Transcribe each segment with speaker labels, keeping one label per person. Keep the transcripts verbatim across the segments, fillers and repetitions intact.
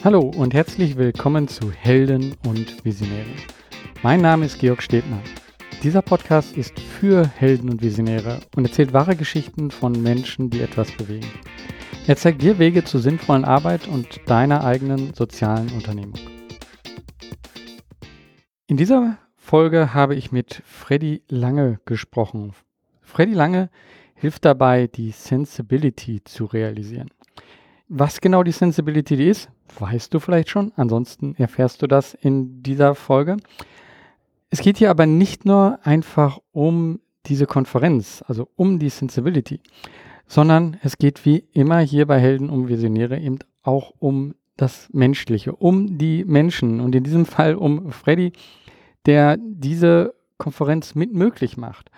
Speaker 1: Hallo und herzlich willkommen zu Helden und Visionäre. Mein Name ist Georg Stebner. Dieser Podcast ist für Helden und Visionäre und erzählt wahre Geschichten von Menschen, die etwas bewegen. Er zeigt dir Wege zur sinnvollen Arbeit und deiner eigenen sozialen Unternehmung. In dieser Folge habe ich mit Freddy Lange gesprochen. Freddy Lange hilft dabei, die Sensibility zu realisieren. Was genau die Sensibility ist, weißt du vielleicht schon. Ansonsten erfährst du das in dieser Folge. Es geht hier aber nicht nur einfach um diese Konferenz, also um die Sensibility, sondern es geht wie immer hier bei Helden und Visionäre eben auch um das Menschliche, um die Menschen und in diesem Fall um Freddy, der diese Konferenz mit möglich macht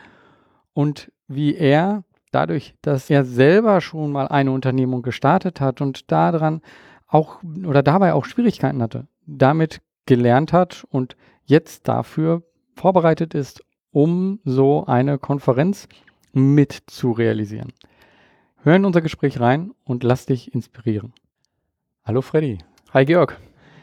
Speaker 1: und wie er dadurch, dass er selber schon mal eine Unternehmung gestartet hat und daran auch oder dabei auch Schwierigkeiten hatte, damit gelernt hat und jetzt dafür vorbereitet ist, um so eine Konferenz mit zu realisieren. Hör in unser Gespräch rein und lass dich inspirieren. Hallo Freddy.
Speaker 2: Hi Georg.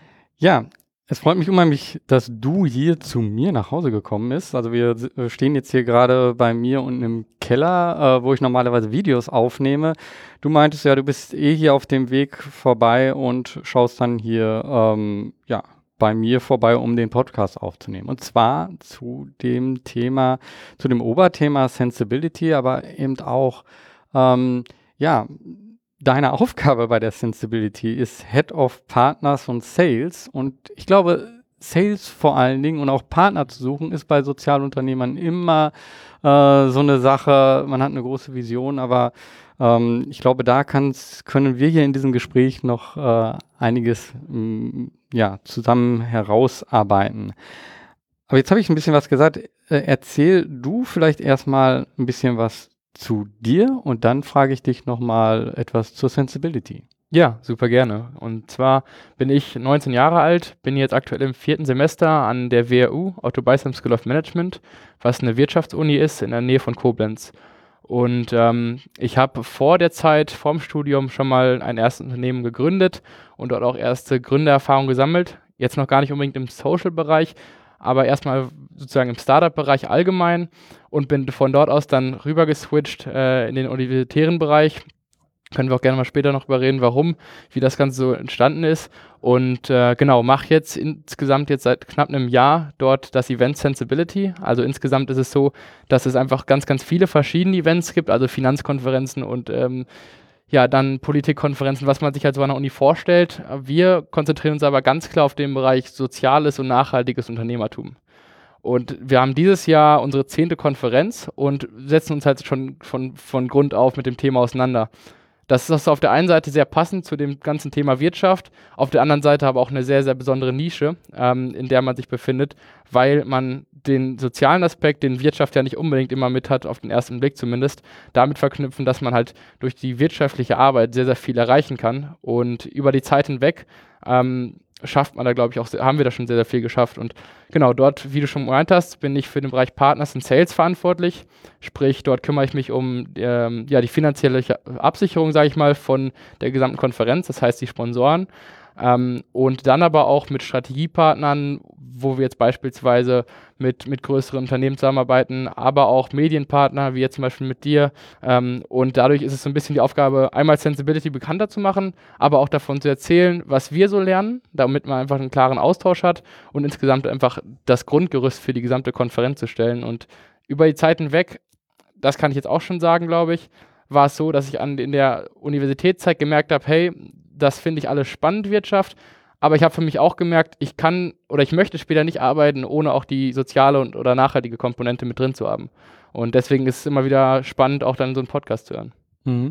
Speaker 1: Ja, es freut mich unheimlich, dass du hier zu mir nach Hause gekommen bist. Also wir stehen jetzt hier gerade bei mir unten im Keller, äh, wo ich normalerweise Videos aufnehme. Du meintest ja, du bist eh hier auf dem Weg vorbei und schaust dann hier ähm, ja, bei mir vorbei, um den Podcast aufzunehmen. Und zwar zu dem Thema, zu dem Oberthema Sensibility, aber eben auch, ähm, ja, deine Aufgabe bei der Sensibility ist Head of Partners und Sales. Und ich glaube, Sales vor allen Dingen und auch Partner zu suchen, ist bei Sozialunternehmern immer äh, so eine Sache. Man hat eine große Vision, aber ähm, ich glaube, da kann's, können wir hier in diesem Gespräch noch äh, einiges m, ja, zusammen herausarbeiten. Aber jetzt habe ich ein bisschen was gesagt. Äh, erzähl du vielleicht erstmal ein bisschen was zu dir und dann frage ich dich nochmal etwas zur Sensibility.
Speaker 2: Ja, super gerne. Und zwar bin ich neunzehn Jahre alt, bin jetzt aktuell im vierten Semester an der W H U, Otto Beisheim School of Management, was eine Wirtschaftsuni ist in der Nähe von Koblenz. Und ähm, ich habe vor der Zeit, vorm Studium, schon mal ein erstes Unternehmen gegründet und dort auch erste Gründererfahrung gesammelt. Jetzt noch gar nicht unbedingt im Social-Bereich, aber erstmal sozusagen im Startup-Bereich allgemein und bin von dort aus dann rüber geswitcht äh, in den universitären Bereich. Können wir auch gerne mal später noch drüber reden, warum, wie das Ganze so entstanden ist. Und äh, genau, mache jetzt insgesamt jetzt seit knapp einem Jahr dort das Event Sensibility. Also insgesamt ist es so, dass es einfach ganz, ganz viele verschiedene Events gibt, also Finanzkonferenzen und ähm, ja, dann Politikkonferenzen, was man sich halt so an der Uni vorstellt. Wir konzentrieren uns aber ganz klar auf den Bereich soziales und nachhaltiges Unternehmertum. Und wir haben dieses Jahr unsere zehnte Konferenz und setzen uns halt schon von, von Grund auf mit dem Thema auseinander. Das ist auf der einen Seite sehr passend zu dem ganzen Thema Wirtschaft, auf der anderen Seite aber auch eine sehr, sehr besondere Nische, ähm, in der man sich befindet, weil man den sozialen Aspekt, den Wirtschaft ja nicht unbedingt immer mit hat, auf den ersten Blick zumindest, damit verknüpfen, dass man halt durch die wirtschaftliche Arbeit sehr, sehr viel erreichen kann und über die Zeit hinweg ähm, schafft man da, glaube ich, auch, haben wir da schon sehr, sehr viel geschafft. Und genau, dort, wie du schon gemeint hast, bin ich für den Bereich Partners und Sales verantwortlich. Sprich, dort kümmere ich mich um ähm, ja, die finanzielle Absicherung, sage ich mal, von der gesamten Konferenz, das heißt die Sponsoren. Ähm, und dann aber auch mit Strategiepartnern, wo wir jetzt beispielsweise mit, mit größeren Unternehmen zusammenarbeiten, aber auch Medienpartner, wie jetzt zum Beispiel mit dir. Ähm, und dadurch ist es so ein bisschen die Aufgabe, einmal Sensibility bekannter zu machen, aber auch davon zu erzählen, was wir so lernen, damit man einfach einen klaren Austausch hat und insgesamt einfach das Grundgerüst für die gesamte Konferenz zu stellen. Und über die Zeit hinweg, das kann ich jetzt auch schon sagen, glaube ich, war es so, dass ich an, in der Universitätszeit gemerkt habe, hey, das finde ich alles spannend, Wirtschaft, aber ich habe für mich auch gemerkt, ich kann oder ich möchte später nicht arbeiten, ohne auch die soziale und oder nachhaltige Komponente mit drin zu haben. Und deswegen ist es immer wieder spannend, auch dann so einen Podcast zu hören.
Speaker 1: Mhm.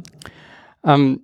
Speaker 1: Ähm,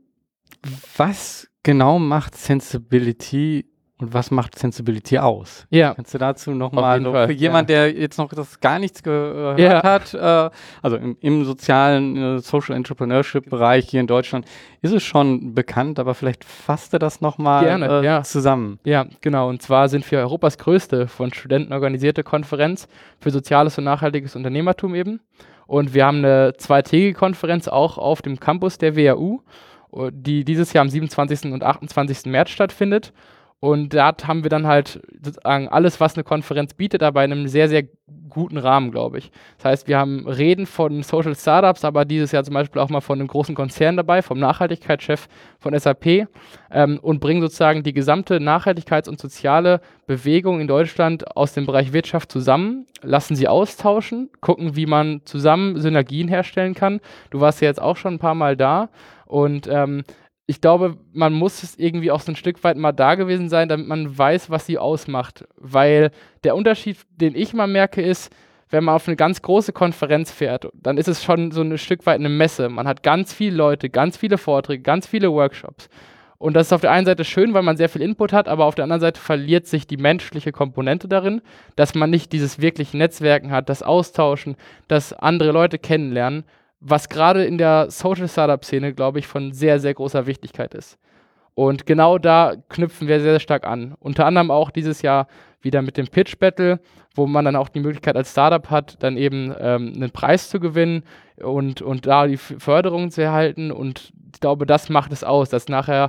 Speaker 1: was genau macht Sensibility und was macht Sensibility aus?
Speaker 2: Ja.
Speaker 1: Kannst du dazu nochmal, so
Speaker 2: Fall,
Speaker 1: für jemand,
Speaker 2: ja.
Speaker 1: der jetzt noch das gar nichts gehört
Speaker 2: Ja.
Speaker 1: hat, äh, also im, im sozialen äh, Social Entrepreneurship-Bereich hier in Deutschland, ist es schon bekannt, aber vielleicht fasst du das nochmal äh,
Speaker 2: ja.
Speaker 1: zusammen.
Speaker 2: Ja, genau. Und zwar sind wir Europas größte von Studenten organisierte Konferenz für soziales und nachhaltiges Unternehmertum eben. Und wir haben eine zweitägige Konferenz auch auf dem Campus der W H U, die dieses Jahr am siebenundzwanzigsten und achtundzwanzigsten März stattfindet. Und da haben wir dann halt sozusagen alles, was eine Konferenz bietet, aber in einem sehr, sehr guten Rahmen, glaube ich. Das heißt, wir haben Reden von Social Startups, aber dieses Jahr zum Beispiel auch mal von einem großen Konzern dabei, vom Nachhaltigkeitschef von S A P, ähm, und bringen sozusagen die gesamte Nachhaltigkeits- und soziale Bewegung in Deutschland aus dem Bereich Wirtschaft zusammen, lassen sie austauschen, gucken, wie man zusammen Synergien herstellen kann. Du warst ja jetzt auch schon ein paar Mal da und ähm, ich glaube, man muss es irgendwie auch so ein Stück weit mal da gewesen sein, damit man weiß, was sie ausmacht. Weil der Unterschied, den ich mal merke, ist, wenn man auf eine ganz große Konferenz fährt, dann ist es schon so ein Stück weit eine Messe. Man hat ganz viele Leute, ganz viele Vorträge, ganz viele Workshops. Und das ist auf der einen Seite schön, weil man sehr viel Input hat, aber auf der anderen Seite verliert sich die menschliche Komponente darin, dass man nicht dieses wirkliche Netzwerken hat, das Austauschen, das andere Leute kennenlernen, was gerade in der Social-Startup-Szene, glaube ich, von sehr, sehr großer Wichtigkeit ist. Und genau da knüpfen wir sehr, sehr stark an. Unter anderem auch dieses Jahr wieder mit dem Pitch Battle, wo man dann auch die Möglichkeit als Startup hat, dann eben ähm, einen Preis zu gewinnen und, und da die Förderung zu erhalten. Und ich glaube, das macht es aus, dass nachher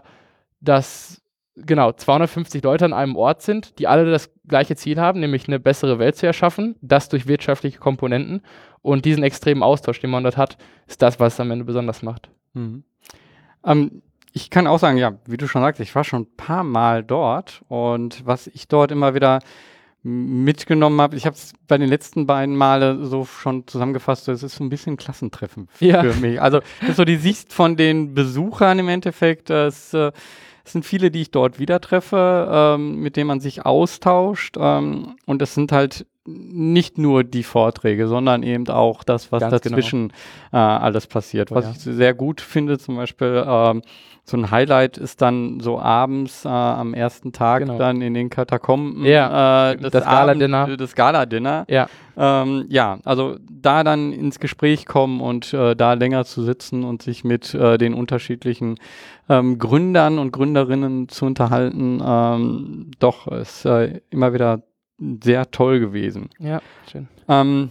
Speaker 2: das genau zweihundertfünfzig Leute an einem Ort sind, die alle das gleiche Ziel haben, nämlich eine bessere Welt zu erschaffen, das durch wirtschaftliche Komponenten. Und diesen extremen Austausch, den man dort hat, ist das, was es am Ende besonders macht.
Speaker 1: Mhm. Ähm, ich kann auch sagen, ja, wie du schon sagst, ich war schon ein paar Mal dort und was ich dort immer wieder mitgenommen habe, ich habe es bei den letzten beiden Male so schon zusammengefasst, es ist so ein bisschen ein Klassentreffen f-
Speaker 2: Ja.
Speaker 1: für mich. Also das ist so die Sicht von den Besuchern im Endeffekt. Es, äh, es sind viele, die ich dort wieder treffe, ähm, mit denen man sich austauscht ähm, und es sind halt nicht nur die Vorträge, sondern eben auch das, was
Speaker 2: Ganz
Speaker 1: dazwischen äh, alles passiert.
Speaker 2: Oh,
Speaker 1: Was
Speaker 2: ja.
Speaker 1: ich sehr gut finde, zum Beispiel ähm, so ein Highlight ist dann so abends äh, am ersten Tag
Speaker 2: Genau.
Speaker 1: dann in den Katakomben
Speaker 2: Ja,
Speaker 1: äh,
Speaker 2: das Gala-Dinner.
Speaker 1: Abend- das Gala-Dinner.
Speaker 2: Ja,
Speaker 1: Ähm, ja, also da dann ins Gespräch kommen und äh, da länger zu sitzen und sich mit äh, den unterschiedlichen ähm, Gründern und Gründerinnen zu unterhalten, ähm, doch ist äh, immer wieder sehr toll gewesen.
Speaker 2: ja, schön.
Speaker 1: Ähm,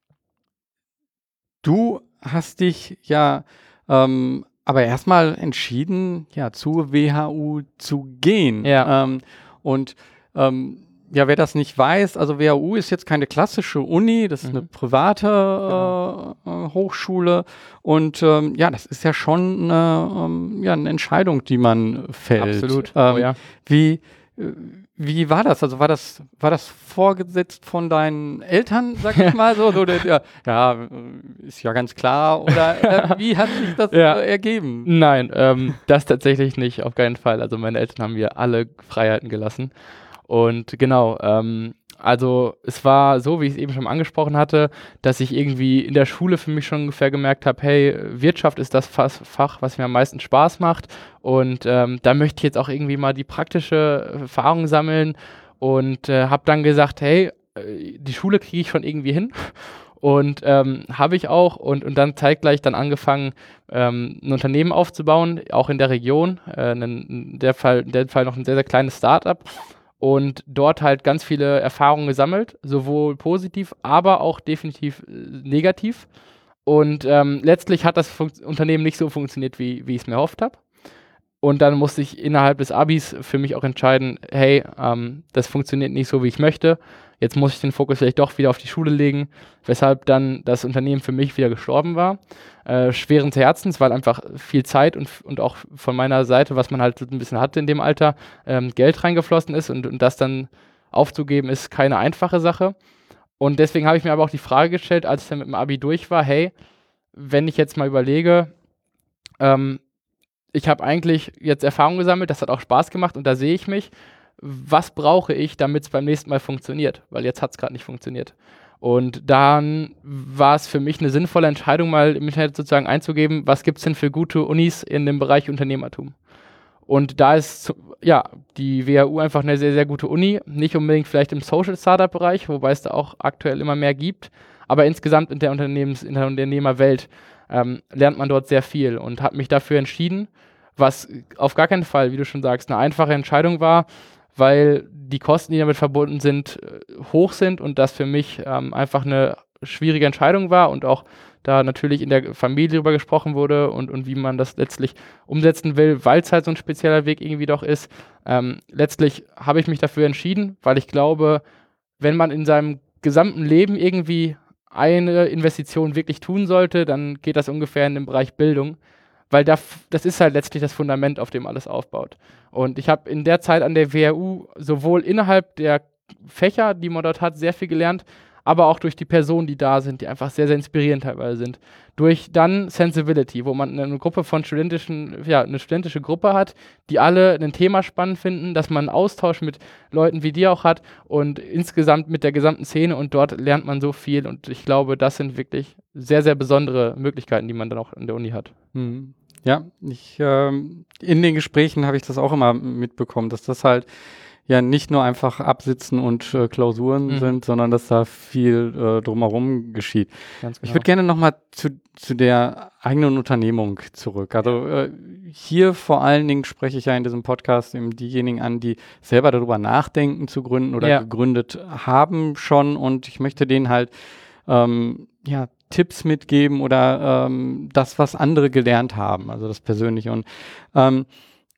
Speaker 1: du hast dich ja ähm, aber erstmal entschieden, ja, zur W H U zu gehen.
Speaker 2: Ja.
Speaker 1: Ähm, und ähm, ja, wer das nicht weiß, also W H U ist jetzt keine klassische Uni, das ist
Speaker 2: Mhm.
Speaker 1: eine private
Speaker 2: Genau.
Speaker 1: äh, äh, Hochschule und ähm, ja, das ist ja schon eine, ähm, ja, eine Entscheidung, die man fällt.
Speaker 2: Absolut.
Speaker 1: Ähm,
Speaker 2: Oh, ja.
Speaker 1: Wie, äh, wie war das? Also war das, war das vorgesetzt von deinen Eltern, sag ich mal so? so der, der, ja, äh, ist ja ganz klar. Oder äh, wie hat sich das
Speaker 2: Ja.
Speaker 1: äh, ergeben?
Speaker 2: Nein, ähm, das tatsächlich nicht, auf keinen Fall. Also meine Eltern haben mir alle Freiheiten gelassen. Und genau, ähm, also es war so, wie ich es eben schon angesprochen hatte, dass ich irgendwie in der Schule für mich schon ungefähr gemerkt habe, hey, Wirtschaft ist das Fas- Fach, was mir am meisten Spaß macht. Und ähm, da möchte ich jetzt auch irgendwie mal die praktische Erfahrung sammeln. Und äh, habe dann gesagt, hey, äh, die Schule kriege ich schon irgendwie hin. Und ähm, habe ich auch und, und dann zeitgleich dann angefangen, ähm, ein Unternehmen aufzubauen, auch in der Region, äh, einen, in, der Fall, in dem Fall noch ein sehr, sehr kleines Startup und dort halt ganz viele Erfahrungen gesammelt, sowohl positiv, aber auch definitiv äh, negativ. Und ähm, letztlich hat das Fun- Unternehmen nicht so funktioniert, wie, wie ich es mir erhofft habe. Und dann musste ich innerhalb des Abis für mich auch entscheiden, hey, ähm, das funktioniert nicht so, wie ich möchte. Jetzt muss ich den Fokus vielleicht doch wieder auf die Schule legen, weshalb dann das Unternehmen für mich wieder gestorben war. Äh, schweren Herzens, weil einfach viel Zeit und, und auch von meiner Seite, was man halt ein bisschen hatte in dem Alter, ähm, Geld reingeflossen ist und, und das dann aufzugeben, ist keine einfache Sache. Und deswegen habe ich mir aber auch die Frage gestellt, als ich dann mit dem Abi durch war, hey, wenn ich jetzt mal überlege, ähm, ich habe eigentlich jetzt Erfahrung gesammelt, das hat auch Spaß gemacht und da sehe ich mich. Was brauche ich, damit es beim nächsten Mal funktioniert? Weil jetzt hat es gerade nicht funktioniert. Und dann war es für mich eine sinnvolle Entscheidung, mal im Internet sozusagen einzugeben, was gibt es denn für gute Unis in dem Bereich Unternehmertum? Und da ist ja die W H U einfach eine sehr, sehr gute Uni. Nicht unbedingt vielleicht im Social Startup Bereich, wobei es da auch aktuell immer mehr gibt, aber insgesamt in der, Unternehmens-, in der Unternehmerwelt ähm, lernt man dort sehr viel und habe mich dafür entschieden, was auf gar keinen Fall, wie du schon sagst, eine einfache Entscheidung war, weil die Kosten, die damit verbunden sind, hoch sind und das für mich ähm, einfach eine schwierige Entscheidung war und auch da natürlich in der Familie drüber gesprochen wurde und, und wie man das letztlich umsetzen will, weil es halt so ein spezieller Weg irgendwie doch ist. Ähm, letztlich habe ich mich dafür entschieden, weil ich glaube, wenn man in seinem gesamten Leben irgendwie eine Investition wirklich tun sollte, dann geht das ungefähr in den Bereich Bildung, weil da, das ist halt letztlich das Fundament, auf dem alles aufbaut. Und ich habe in der Zeit an der W H U sowohl innerhalb der Fächer, die man dort hat, sehr viel gelernt, aber auch durch die Personen, die da sind, die einfach sehr, sehr inspirierend teilweise sind. Durch dann Sensibility, wo man eine Gruppe von studentischen, ja, eine studentische Gruppe hat, die alle ein Thema spannend finden, dass man einen Austausch mit Leuten wie dir auch hat und insgesamt mit der gesamten Szene und dort lernt man so viel und ich glaube, das sind wirklich sehr, sehr besondere Möglichkeiten, die man dann auch in der Uni hat.
Speaker 1: Mhm. Ja, ich, ähm, in den Gesprächen habe ich das auch immer mitbekommen, dass das halt ja nicht nur einfach Absitzen und äh, Klausuren
Speaker 2: Mhm.
Speaker 1: sind, sondern dass da viel äh, drumherum geschieht.
Speaker 2: Ganz genau.
Speaker 1: Ich würde gerne nochmal zu, zu der eigenen Unternehmung zurück. Also äh, hier vor allen Dingen spreche ich ja in diesem Podcast eben diejenigen an, die selber darüber nachdenken zu gründen oder
Speaker 2: Ja.
Speaker 1: gegründet haben schon und ich möchte denen halt ähm, ja, Tipps mitgeben oder ähm, das, was andere gelernt haben, also das Persönliche. Und ähm,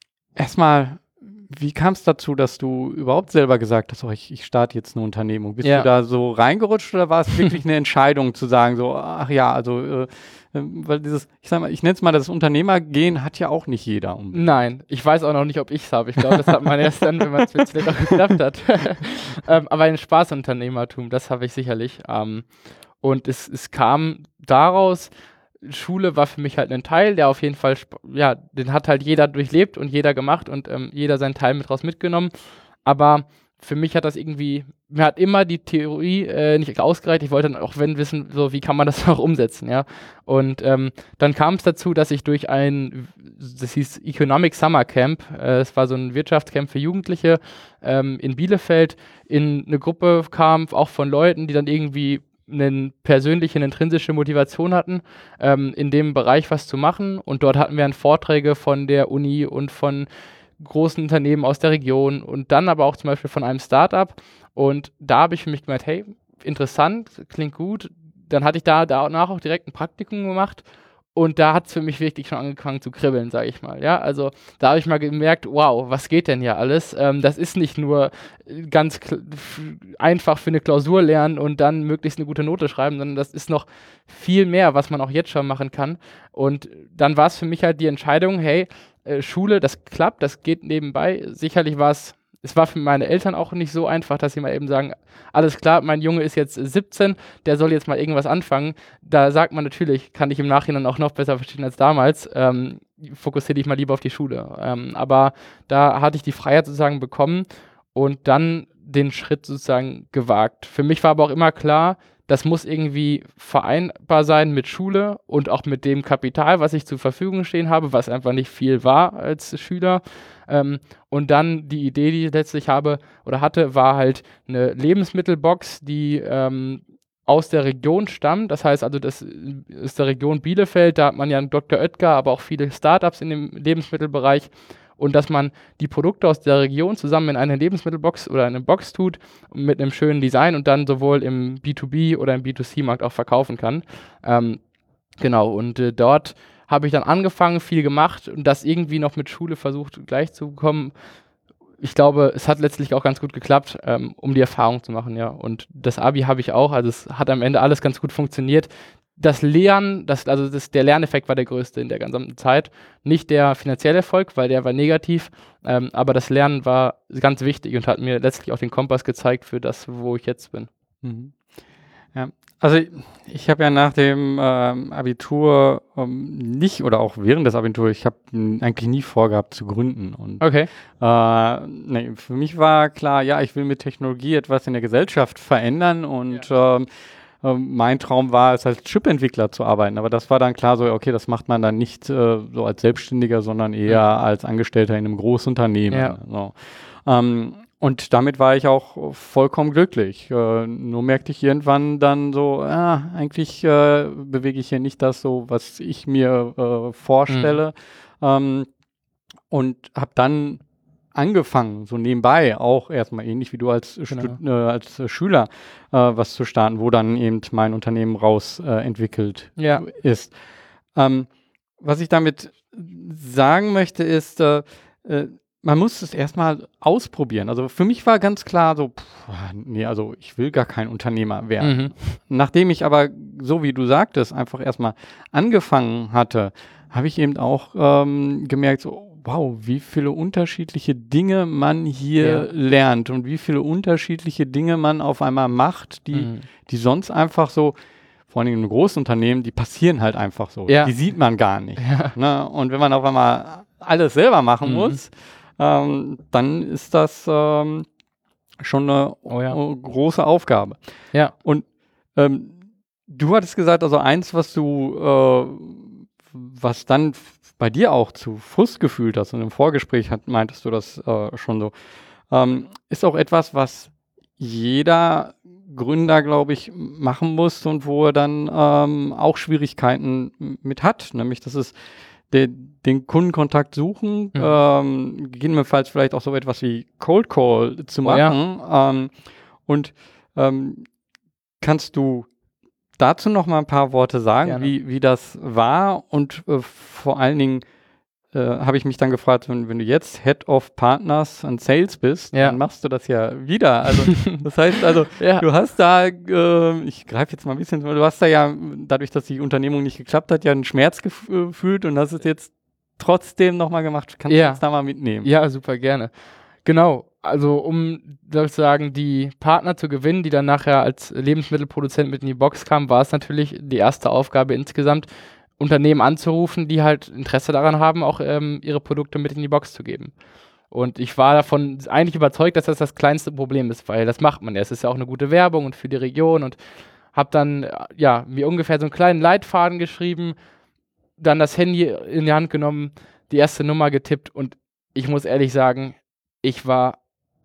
Speaker 1: erstmal, wie kam es dazu, dass du überhaupt selber gesagt hast, oh, ich, ich starte jetzt eine Unternehmung? Bist
Speaker 2: Ja.
Speaker 1: du da so reingerutscht oder war es wirklich eine Entscheidung zu sagen, so, ach ja, also, äh, äh, weil dieses, ich sag mal, ich nenne es mal, das Unternehmergehen hat ja auch nicht jeder unbedingt.
Speaker 2: Nein, ich weiß auch noch nicht, ob ich es habe. Ich glaube, das hat man erst dann, wenn man es vielleicht auch geklappt hat. ähm, aber ein Spaßunternehmertum, das habe ich sicherlich. Ähm, und es, es kam daraus, Schule war für mich halt ein Teil, der auf jeden Fall, ja, den hat halt jeder durchlebt und jeder gemacht und ähm, jeder seinen Teil mit raus mitgenommen. Aber für mich hat das irgendwie, mir hat immer die Theorie äh, nicht ausgereicht. Ich wollte dann auch wenn wissen, so wie kann man das auch umsetzen, ja. Und ähm, dann kam es dazu, dass ich durch ein, das hieß Economic Summer Camp, äh, es war so ein Wirtschaftscamp für Jugendliche ähm, in Bielefeld, in eine Gruppe kam, auch von Leuten, die dann irgendwie eine persönliche, eine intrinsische Motivation hatten, ähm, in dem Bereich was zu machen. Und dort hatten wir dann Vorträge von der Uni und von großen Unternehmen aus der Region und dann aber auch zum Beispiel von einem Startup. Und da habe ich für mich gemeint, hey, interessant, klingt gut. Dann hatte ich da danach auch direkt ein Praktikum gemacht. Und da hat es für mich wirklich schon angefangen zu kribbeln, sage ich mal. Ja, also da habe ich mal gemerkt, wow, was geht denn hier alles? Ähm, das ist nicht nur ganz einfach für eine Klausur lernen und dann möglichst eine gute Note schreiben, sondern das ist noch viel mehr, was man auch jetzt schon machen kann. Und dann war es für mich halt die Entscheidung, hey, äh, Schule, das klappt, das geht nebenbei. Sicherlich war es Es war für meine Eltern auch nicht so einfach, dass sie mal eben sagen, alles klar, mein Junge ist jetzt siebzehn, der soll jetzt mal irgendwas anfangen. Da sagt man natürlich, kann ich im Nachhinein auch noch besser verstehen als damals, ähm, fokussiere dich mal lieber auf die Schule. Ähm, aber da hatte ich die Freiheit sozusagen bekommen und dann den Schritt sozusagen gewagt. Für mich war aber auch immer klar, das muss irgendwie vereinbar sein mit Schule und auch mit dem Kapital, was ich zur Verfügung stehen habe, was einfach nicht viel war als Schüler. Ähm, und dann die Idee, die ich letztlich habe oder hatte, war halt eine Lebensmittelbox, die ähm, aus der Region stammt. Das heißt also, das ist der Region Bielefeld, da hat man ja einen Doktor Oetker, aber auch viele Startups in dem Lebensmittelbereich. Und dass man die Produkte aus der Region zusammen in eine Lebensmittelbox oder eine Box tut mit einem schönen Design und dann sowohl im B zwei B oder im B zwei C Markt auch verkaufen kann. Ähm, genau, und äh, dort habe ich dann angefangen, viel gemacht und das irgendwie noch mit Schule versucht gleich zu bekommen. Ich glaube, es hat letztlich auch ganz gut geklappt, ähm, um die Erfahrung zu machen, ja. Und das Abi habe ich auch, also es hat am Ende alles ganz gut funktioniert. Das Lernen, das, also das, der Lerneffekt war der größte in der gesamten Zeit. Nicht der finanzielle Erfolg, weil der war negativ, ähm, aber das Lernen war ganz wichtig und hat mir letztlich auch den Kompass gezeigt für das, wo ich jetzt bin.
Speaker 1: Mhm. Ja, also ich, ich habe ja nach dem ähm, Abitur ähm, nicht oder auch während des Abiturs, ich habe eigentlich nie vorgehabt zu gründen. Und
Speaker 2: Okay.
Speaker 1: äh, nee, für mich war klar, ja, ich will mit Technologie etwas in der Gesellschaft verändern und
Speaker 2: Ja.
Speaker 1: ähm, mein Traum war es, als Chip-Entwickler zu arbeiten, aber das war dann klar so, okay, das macht man dann nicht äh, so als Selbstständiger, sondern eher mhm. als Angestellter in einem Großunternehmen.
Speaker 2: Ja.
Speaker 1: So. Ähm, und damit war ich auch vollkommen glücklich. Äh, nur merkte ich irgendwann dann so, ah, eigentlich äh, bewege ich hier nicht das so, was ich mir äh, vorstelle. Mhm. Ähm, und habe dann angefangen, so nebenbei auch erstmal ähnlich wie du als,
Speaker 2: Genau.
Speaker 1: Stu- äh, als äh, Schüler äh, was zu starten, wo dann eben mein Unternehmen raus äh, entwickelt
Speaker 2: Ja.
Speaker 1: ist. Ähm, was ich damit sagen möchte, ist, äh, äh, man muss es erstmal ausprobieren. Also für mich war ganz klar so, pff, nee, also ich will gar kein Unternehmer werden.
Speaker 2: Mhm.
Speaker 1: Nachdem ich aber, so wie du sagtest, einfach erstmal angefangen hatte, habe ich eben auch ähm, gemerkt, so, wow, wie viele unterschiedliche Dinge man hier
Speaker 2: Ja.
Speaker 1: lernt und wie viele unterschiedliche Dinge man auf einmal macht, die,
Speaker 2: Mhm.
Speaker 1: die sonst einfach so, vor allem in großen Unternehmen, die passieren halt einfach so.
Speaker 2: Ja.
Speaker 1: Die sieht man gar nicht.
Speaker 2: Ja.
Speaker 1: Ne? Und wenn man auf einmal alles selber machen
Speaker 2: Mhm.
Speaker 1: muss, ähm, dann ist das ähm, schon eine
Speaker 2: Oh ja.
Speaker 1: äh, große Aufgabe.
Speaker 2: Ja.
Speaker 1: Und ähm, du hattest gesagt, also eins, was du, äh, was dann f- bei dir auch zu Frust gefühlt hast, und im Vorgespräch hat, meintest du das äh, schon so, ähm, ist auch etwas, was jeder Gründer, glaube ich, machen muss und wo er dann ähm, auch Schwierigkeiten m- mit hat, nämlich das ist de, den Kundenkontakt suchen,
Speaker 2: Mhm.
Speaker 1: ähm, gegebenenfalls vielleicht auch so etwas wie Cold Call zu
Speaker 2: Oh ja.
Speaker 1: machen. Ähm, und ähm, kannst du dazu noch mal ein paar Worte sagen,
Speaker 2: Gerne.
Speaker 1: wie, wie das war? Und äh, vor allen Dingen äh, habe ich mich dann gefragt, wenn, wenn du jetzt Head of Partners and Sales bist,
Speaker 2: Ja.
Speaker 1: dann machst du das ja wieder. Also das heißt also,
Speaker 2: Ja.
Speaker 1: du hast da, äh, ich greife jetzt mal ein bisschen, du hast da ja, dadurch, dass die Unternehmung nicht geklappt hat, ja einen Schmerz gef- äh, gefühlt und hast es jetzt trotzdem nochmal gemacht. Kannst
Speaker 2: Ja.
Speaker 1: du uns da mal mitnehmen?
Speaker 2: Ja, super gerne. Genau, also um sozusagen die Partner zu gewinnen, die dann nachher als Lebensmittelproduzent mit in die Box kamen, war es natürlich die erste Aufgabe insgesamt, Unternehmen anzurufen, die halt Interesse daran haben, auch ähm, ihre Produkte mit in die Box zu geben. Und ich war davon eigentlich überzeugt, dass das das kleinste Problem ist, weil das macht man ja. Es ist ja auch eine gute Werbung und für die Region und habe dann äh, ja mir ungefähr so einen kleinen Leitfaden geschrieben, dann das Handy in die Hand genommen, die erste Nummer getippt und ich muss ehrlich sagen, ich war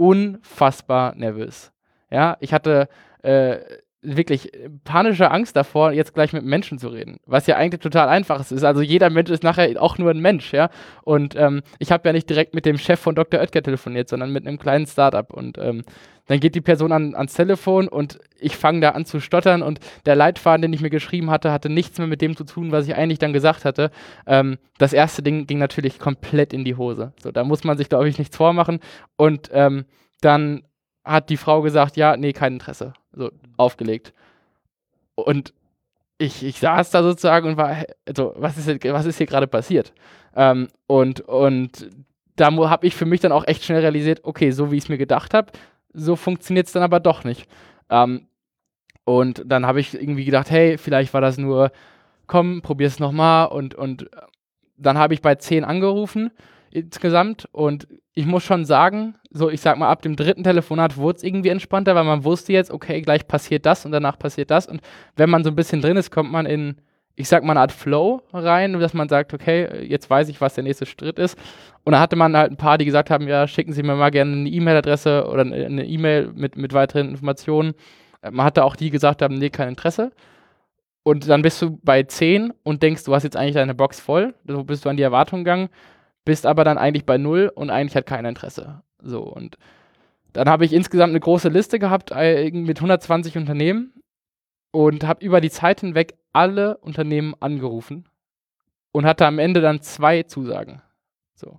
Speaker 2: unfassbar nervös. Ja, ich hatte äh, wirklich panische Angst davor, jetzt gleich mit einem Menschen zu reden, was ja eigentlich total einfach ist. Also jeder Mensch ist nachher auch nur ein Mensch, ja. Und ähm, ich habe ja nicht direkt mit dem Chef von Doktor Oetker telefoniert, sondern mit einem kleinen Startup. Und ähm, dann geht die Person an, ans Telefon und ich fange da an zu stottern und der Leitfaden, den ich mir geschrieben hatte, hatte nichts mehr mit dem zu tun, was ich eigentlich dann gesagt hatte. Ähm, das erste Ding ging natürlich komplett in die Hose. So, da muss man sich, glaube ich, nichts vormachen. Und ähm, dann hat die Frau gesagt, ja, nee, kein Interesse. So, aufgelegt. Und ich, ich saß da sozusagen und war, also, was ist, hier- was ist hier gerade passiert? Ähm, und, und da habe ich für mich dann auch echt schnell realisiert, okay, so wie ich es mir gedacht habe, so funktioniert es dann aber doch nicht. Ähm, und dann habe ich irgendwie gedacht, hey, vielleicht war das nur, komm, probier's nochmal. Und, und dann habe ich bei zehn angerufen insgesamt und ich muss schon sagen, so ich sag mal, ab dem dritten Telefonat wurde es irgendwie entspannter, weil man wusste jetzt, okay, gleich passiert das und danach passiert das und wenn man so ein bisschen drin ist, kommt man in, ich sag mal, eine Art Flow rein, dass man sagt, okay, jetzt weiß ich, was der nächste Schritt ist und da hatte man halt ein paar, die gesagt haben, ja, schicken Sie mir mal gerne eine E-Mail-Adresse oder eine E-Mail mit, mit weiteren Informationen. Man hatte auch die, die gesagt haben, nee, kein Interesse. Und dann bist du bei zehn und denkst, du hast jetzt eigentlich deine Box voll, so bist du an die Erwartung gegangen, bist aber dann eigentlich bei null und eigentlich hat keiner Interesse. So, und dann habe ich insgesamt eine große Liste gehabt äh, mit hundertzwanzig Unternehmen und habe über die Zeit hinweg alle Unternehmen angerufen und hatte am Ende dann zwei Zusagen. So.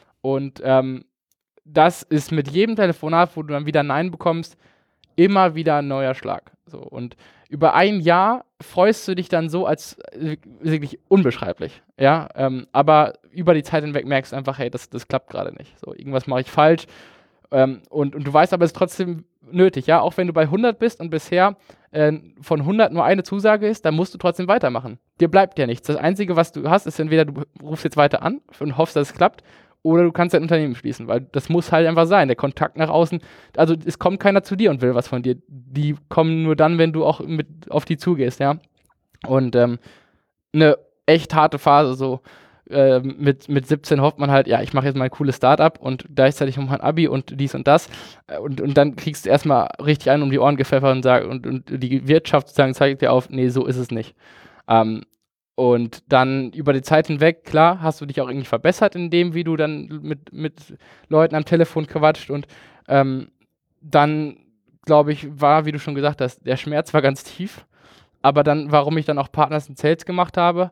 Speaker 2: Und ähm, das ist mit jedem Telefonat, wo du dann wieder Nein bekommst, immer wieder ein neuer Schlag. So, und über ein Jahr freust du dich dann so als äh, wirklich unbeschreiblich. Ja, ähm, aber über die Zeit hinweg merkst du einfach, hey, das, das klappt gerade nicht. So, irgendwas mache ich falsch. Ähm, und, und du weißt aber, es ist trotzdem nötig. Ja, auch wenn du bei hundert bist und bisher äh, von hundert nur eine Zusage ist, dann musst du trotzdem weitermachen. Dir bleibt ja nichts. Das Einzige, was du hast, ist entweder du rufst jetzt weiter an und hoffst, dass es klappt, oder du kannst dein Unternehmen schließen, weil das muss halt einfach sein, der Kontakt nach außen. Also es kommt keiner zu dir und will was von dir. Die kommen nur dann, wenn du auch mit auf die zugehst, ja. Und ähm, eine echt harte Phase, so äh, mit, mit siebzehn hofft man halt, ja, ich mache jetzt mal ein cooles Startup und gleichzeitig um mein Abi und dies und das. Und, und dann kriegst du erstmal richtig einen um die Ohren gepfeffert und, sag, und, und die Wirtschaft sozusagen zeigt dir auf, nee, so ist es nicht. Ähm, Und dann über die Zeit hinweg, klar, hast du dich auch irgendwie verbessert in dem, wie du dann mit, mit Leuten am Telefon quatscht. Und ähm, dann, glaube ich, war, wie du schon gesagt hast, der Schmerz war ganz tief. Aber dann, warum ich dann auch Partners in Sales gemacht habe,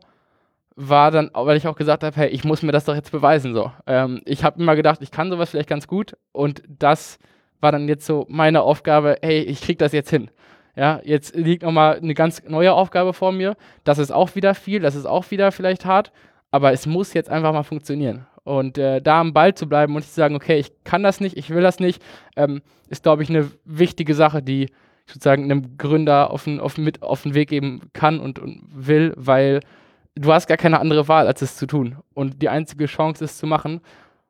Speaker 2: war dann, weil ich auch gesagt habe, hey, ich muss mir das doch jetzt beweisen. So. Ähm, ich habe immer gedacht, ich kann sowas vielleicht ganz gut. Und das war dann jetzt so meine Aufgabe, hey, ich krieg das jetzt hin. Ja, jetzt liegt nochmal eine ganz neue Aufgabe vor mir. Das ist auch wieder viel, das ist auch wieder vielleicht hart, aber es muss jetzt einfach mal funktionieren. Und äh, da am Ball zu bleiben und zu sagen, okay, ich kann das nicht, ich will das nicht, ähm, ist, glaube ich, eine wichtige Sache, die sozusagen einem Gründer auf den, auf, mit auf den Weg geben kann und, und will, weil du hast gar keine andere Wahl, als es zu tun. Und die einzige Chance ist, es zu machen.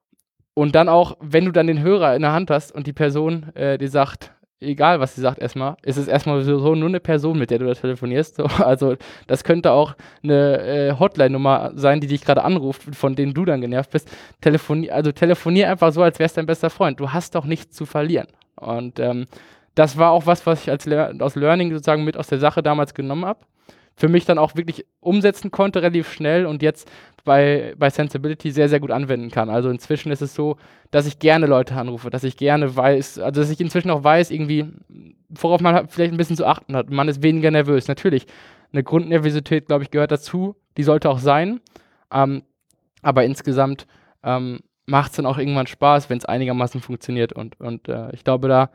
Speaker 2: Und dann auch, wenn du dann den Hörer in der Hand hast und die Person äh, dir sagt, egal was sie sagt erstmal, ist es erstmal so nur eine Person, mit der du da telefonierst. So, also das könnte auch eine äh, Hotline-Nummer sein, die dich gerade anruft, von denen du dann genervt bist. Telefonier, also telefonier einfach so, als wärst dein bester Freund. Du hast doch nichts zu verlieren. Und ähm, das war auch was, was ich als Le- aus Learning sozusagen mit aus der Sache damals genommen habe. Für mich dann auch wirklich umsetzen konnte, relativ schnell und jetzt bei, bei Sensibility sehr, sehr gut anwenden kann. Also inzwischen ist es so, dass ich gerne Leute anrufe, dass ich gerne weiß, also dass ich inzwischen auch weiß, irgendwie, worauf man vielleicht ein bisschen zu achten hat. Man ist weniger nervös. Natürlich, eine Grundnervosität, glaube ich, gehört dazu. Die sollte auch sein. Ähm, aber insgesamt ähm, macht es dann auch irgendwann Spaß, wenn es einigermaßen funktioniert. Und, und äh, ich glaube, da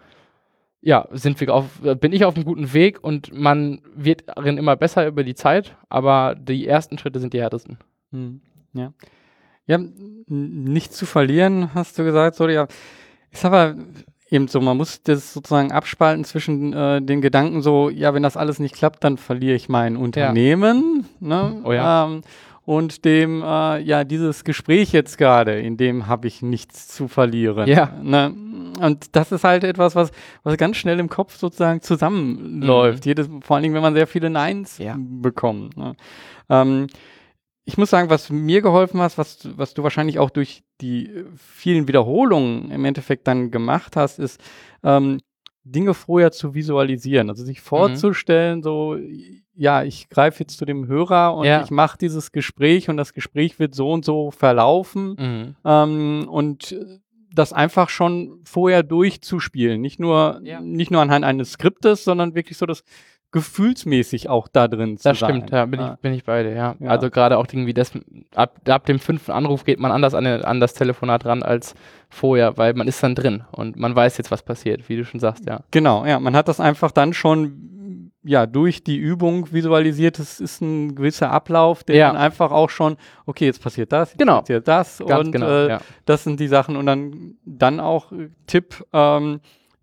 Speaker 2: ja, sind wir auf, bin ich auf einem guten Weg und man wird darin immer besser über die Zeit, aber die ersten Schritte sind die härtesten.
Speaker 1: Hm, ja. Ja, n- nichts zu verlieren, hast du gesagt, so, ja. Ist aber eben so, man muss das sozusagen abspalten zwischen äh, den Gedanken so, ja, wenn das alles nicht klappt, dann verliere ich mein Unternehmen, ne?
Speaker 2: Oh ja.
Speaker 1: Ähm, und dem, äh, ja, dieses Gespräch jetzt gerade, in dem habe ich nichts zu verlieren.
Speaker 2: Ja.
Speaker 1: Ne? Und das ist halt etwas, was, was ganz schnell im Kopf sozusagen zusammenläuft.
Speaker 2: Mhm.
Speaker 1: Jedes, vor allen Dingen, wenn man sehr viele Neins
Speaker 2: Ja.
Speaker 1: bekommt. Ne? Ähm, ich muss sagen, was mir geholfen hat, was, was du wahrscheinlich auch durch die äh, vielen Wiederholungen im Endeffekt dann gemacht hast, ist, ähm, Dinge vorher zu visualisieren. Also sich vorzustellen, so, ja, ich greife jetzt zu dem Hörer und
Speaker 2: Ja.
Speaker 1: ich mache dieses Gespräch und das Gespräch wird so und so verlaufen.
Speaker 2: Mhm.
Speaker 1: Ähm, und das einfach schon vorher durchzuspielen. Nicht nur,
Speaker 2: Ja.
Speaker 1: nicht nur anhand eines Skriptes, sondern wirklich so das gefühlsmäßig auch da drin zu
Speaker 2: Das
Speaker 1: sein.
Speaker 2: stimmt, ja, bin,
Speaker 1: Ja.
Speaker 2: ich, bin ich bei dir, ja.
Speaker 1: Ja.
Speaker 2: Also gerade auch irgendwie das, ab, ab dem fünften Anruf geht man anders an, den- an das Telefonat ran als vorher, weil man ist dann drin und man weiß jetzt, was passiert, wie du schon sagst, ja.
Speaker 1: Genau, ja, man hat das einfach dann schon ja durch die Übung visualisiert. Es ist ein gewisser Ablauf, der
Speaker 2: Ja.
Speaker 1: dann einfach auch schon, okay, jetzt passiert das, jetzt
Speaker 2: Genau.
Speaker 1: passiert das
Speaker 2: Ganz
Speaker 1: und
Speaker 2: genau,
Speaker 1: äh,
Speaker 2: ja.
Speaker 1: das sind die Sachen und dann, dann auch äh, Tipp, ähm,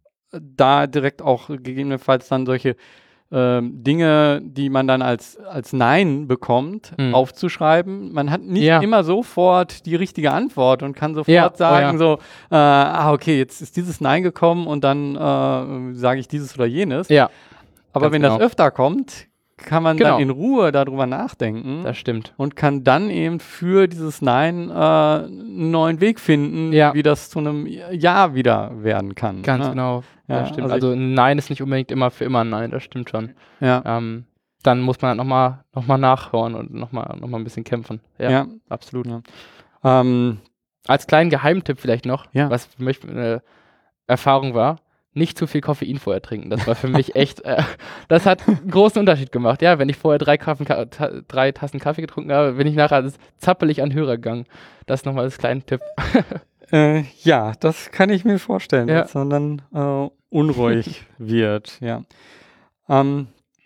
Speaker 1: da direkt auch gegebenenfalls dann solche ähm, Dinge, die man dann als, als Nein bekommt,
Speaker 2: Mhm.
Speaker 1: aufzuschreiben. Man hat nicht
Speaker 2: Ja.
Speaker 1: immer sofort die richtige Antwort und kann sofort
Speaker 2: Ja, oh
Speaker 1: sagen,
Speaker 2: ja.
Speaker 1: so, äh, ah, okay, jetzt ist dieses Nein gekommen und dann äh, sage ich dieses oder jenes.
Speaker 2: Ja,
Speaker 1: Aber
Speaker 2: ganz
Speaker 1: wenn
Speaker 2: genau.
Speaker 1: das öfter kommt, kann man
Speaker 2: Genau.
Speaker 1: dann in Ruhe darüber nachdenken
Speaker 2: das stimmt.
Speaker 1: und kann dann eben für dieses Nein äh, einen neuen Weg finden,
Speaker 2: Ja.
Speaker 1: wie das zu einem Ja wieder werden kann.
Speaker 2: Ganz
Speaker 1: ne?
Speaker 2: genau,
Speaker 1: Ja,
Speaker 2: das stimmt.
Speaker 1: also
Speaker 2: Also ein Nein ist nicht unbedingt immer für immer ein Nein, das stimmt schon.
Speaker 1: Ja,
Speaker 2: Ähm, dann muss man halt nochmal noch mal nachhören und nochmal noch mal ein bisschen kämpfen. Ja,
Speaker 1: ja.
Speaker 2: absolut.
Speaker 1: Ja. Ähm,
Speaker 2: Als kleinen Geheimtipp vielleicht noch,
Speaker 1: Ja.
Speaker 2: was für mich eine Erfahrung war, nicht zu viel Koffein vorher trinken. Das war für mich echt, äh, das hat einen großen Unterschied gemacht. Ja, wenn ich vorher drei, Kaffen, ta drei Tassen Kaffee getrunken habe, bin ich nachher zappelig an den Hörer gegangen. Das nochmal als kleinen Tipp.
Speaker 1: äh, ja, das kann ich mir vorstellen,
Speaker 2: Ja.
Speaker 1: dass man dann äh, unruhig wird. Ja. Ähm,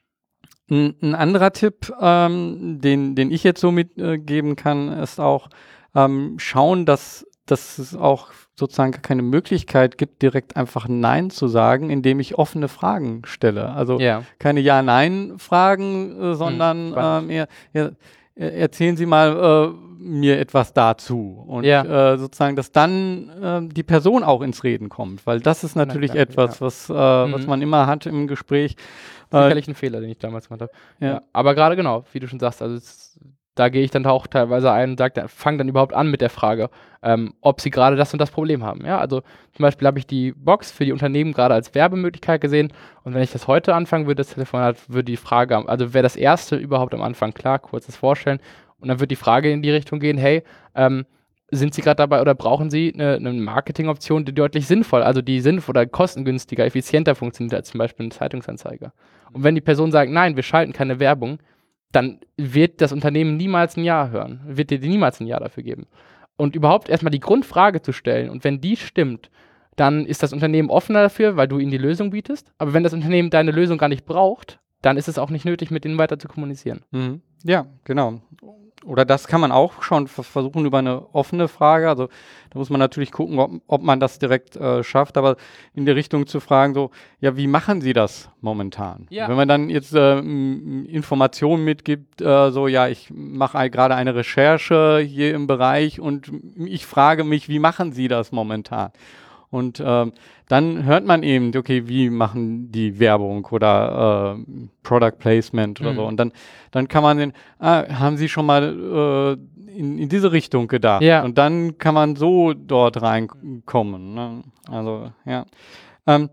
Speaker 1: ein, ein anderer Tipp, ähm, den, den ich jetzt so mitgeben kann, ist auch ähm, schauen, dass, dass es auch sozusagen gar keine Möglichkeit gibt, direkt einfach Nein zu sagen, indem ich offene Fragen stelle. Also
Speaker 2: Ja.
Speaker 1: keine Ja-Nein-Fragen, äh, sondern
Speaker 2: spannend.
Speaker 1: ähm, eher, eher, äh, erzählen Sie mal äh, mir etwas dazu. Und
Speaker 2: Ja.
Speaker 1: äh, sozusagen, dass dann äh, die Person auch ins Reden kommt, weil das ist natürlich
Speaker 2: klar,
Speaker 1: etwas,
Speaker 2: ja.
Speaker 1: was, äh, was
Speaker 2: Mhm.
Speaker 1: man immer hat im Gespräch. Äh,
Speaker 2: Sicherlich ein Fehler, den ich damals gemacht habe.
Speaker 1: ja.
Speaker 2: Ja. Aber gerade genau, wie du schon sagst, also es, da gehe ich dann auch teilweise ein und sage, fange dann überhaupt an mit der Frage, ähm, ob sie gerade das und das Problem haben. Ja, also zum Beispiel habe ich die Box für die Unternehmen gerade als Werbemöglichkeit gesehen und wenn ich das heute anfangen würde, das Telefonat, würde die Frage, also wäre das erste überhaupt am Anfang klar, kurzes Vorstellen und dann wird die Frage in die Richtung gehen, hey, ähm, sind Sie gerade dabei oder brauchen Sie eine, eine Marketingoption, die deutlich sinnvoll, also die sinnvoll oder kostengünstiger, effizienter funktioniert als zum Beispiel eine Zeitungsanzeige? Und wenn die Person sagt, nein, wir schalten keine Werbung, dann wird das Unternehmen niemals ein Ja hören, wird dir niemals ein Ja dafür geben. Und überhaupt erstmal die Grundfrage zu stellen und wenn die stimmt, dann ist das Unternehmen offener dafür, weil du ihnen die Lösung bietest. Aber wenn das Unternehmen deine Lösung gar nicht braucht, dann ist es auch nicht nötig, mit denen weiter zu kommunizieren.
Speaker 1: Mhm. Ja, genau. Oder das kann man auch schon versuchen über eine offene Frage. Also da muss man natürlich gucken, ob, ob man das direkt äh, schafft, aber in der Richtung zu fragen, so, ja, wie machen Sie das momentan?
Speaker 2: Ja.
Speaker 1: Wenn man dann jetzt äh, Informationen mitgibt, äh, so, ja, ich mache gerade eine Recherche hier im Bereich und ich frage mich, wie machen Sie das momentan? Und ähm, dann hört man eben, okay, wie machen die Werbung oder äh, Product Placement oder
Speaker 2: Mhm.
Speaker 1: so. Und dann, dann kann man den, ah, haben Sie schon mal äh, in, in diese Richtung gedacht?
Speaker 2: Ja.
Speaker 1: Und dann kann man so dort reinkommen. Ne? Also, ja. Ähm,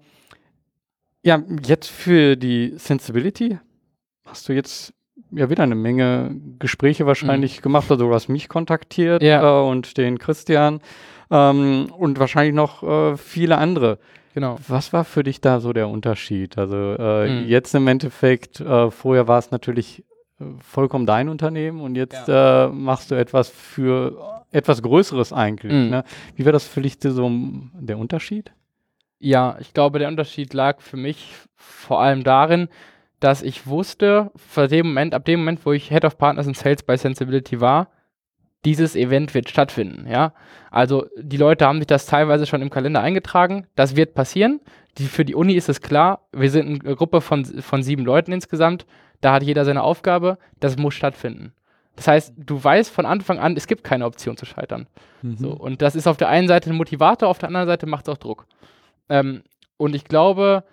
Speaker 1: ja, jetzt für die Sensibility hast du jetzt ja wieder eine Menge Gespräche wahrscheinlich
Speaker 2: Mhm.
Speaker 1: gemacht. Also du hast mich kontaktiert
Speaker 2: Ja.
Speaker 1: äh, und den Christian. Ähm, und wahrscheinlich noch äh, viele andere.
Speaker 2: Genau.
Speaker 1: Was war für dich da so der Unterschied? Also äh,
Speaker 2: Mhm.
Speaker 1: jetzt im Endeffekt, äh, vorher war es natürlich äh, vollkommen dein Unternehmen und jetzt äh, machst du etwas für etwas Größeres eigentlich.
Speaker 2: Mhm.
Speaker 1: Ne? Wie war das für dich so der Unterschied?
Speaker 2: Ja, ich glaube, der Unterschied lag für mich vor allem darin, dass ich wusste, vor dem Moment, ab dem Moment, wo ich Head of Partners and Sales bei Sensibility war, dieses Event wird stattfinden, ja. Also die Leute haben sich das teilweise schon im Kalender eingetragen, das wird passieren. Die, für die Uni ist es klar, wir sind eine Gruppe von, von sieben Leuten insgesamt, da hat jeder seine Aufgabe, das muss stattfinden. Das heißt, du weißt von Anfang an, es gibt keine Option zu scheitern.
Speaker 1: Mhm.
Speaker 2: So, und das ist auf der einen Seite ein Motivator, auf der anderen Seite macht es auch Druck. Ähm, und ich glaube,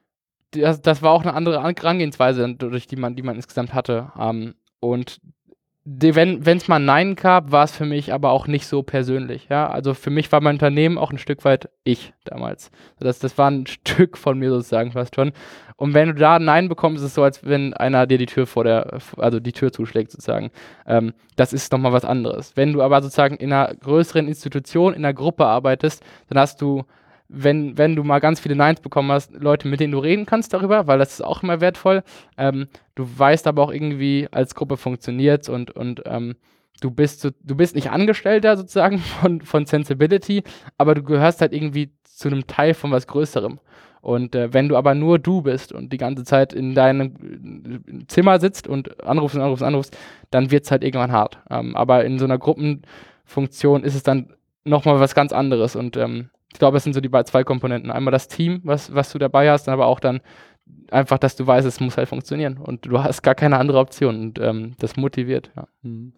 Speaker 2: das, das war auch eine andere Herangehensweise, durch die man, die man insgesamt hatte. Ähm, und die, wenn es mal ein Nein gab, war es für mich aber auch nicht so persönlich. Ja? Also für mich war mein Unternehmen auch ein Stück weit ich damals. Das, das war ein Stück von mir sozusagen fast schon. Und wenn du da ein Nein bekommst, ist es so, als wenn einer dir die Tür vor der, also die Tür zuschlägt sozusagen. Ähm, das ist nochmal was anderes. Wenn du aber sozusagen in einer größeren Institution, in einer Gruppe arbeitest, dann hast du Wenn, wenn du mal ganz viele Neins bekommen hast, Leute, mit denen du reden kannst darüber, weil das ist auch immer wertvoll. Ähm, du weißt aber auch irgendwie, als Gruppe funktioniert und, und ähm, du bist so, du bist nicht Angestellter sozusagen von, von Sensibility, aber du gehörst halt irgendwie zu einem Teil von was Größerem. Und äh, wenn du aber nur du bist und die ganze Zeit in deinem Zimmer sitzt und anrufst und anrufst und anrufst, dann wird es halt irgendwann hart. Ähm, aber in so einer Gruppenfunktion ist es dann nochmal was ganz anderes und ähm, ich glaube, es sind so die zwei Komponenten. Einmal das Team, was, was du dabei hast, aber auch dann einfach, dass du weißt, es muss halt funktionieren. Und du hast gar keine andere Option. Und ähm, das motiviert. Ja,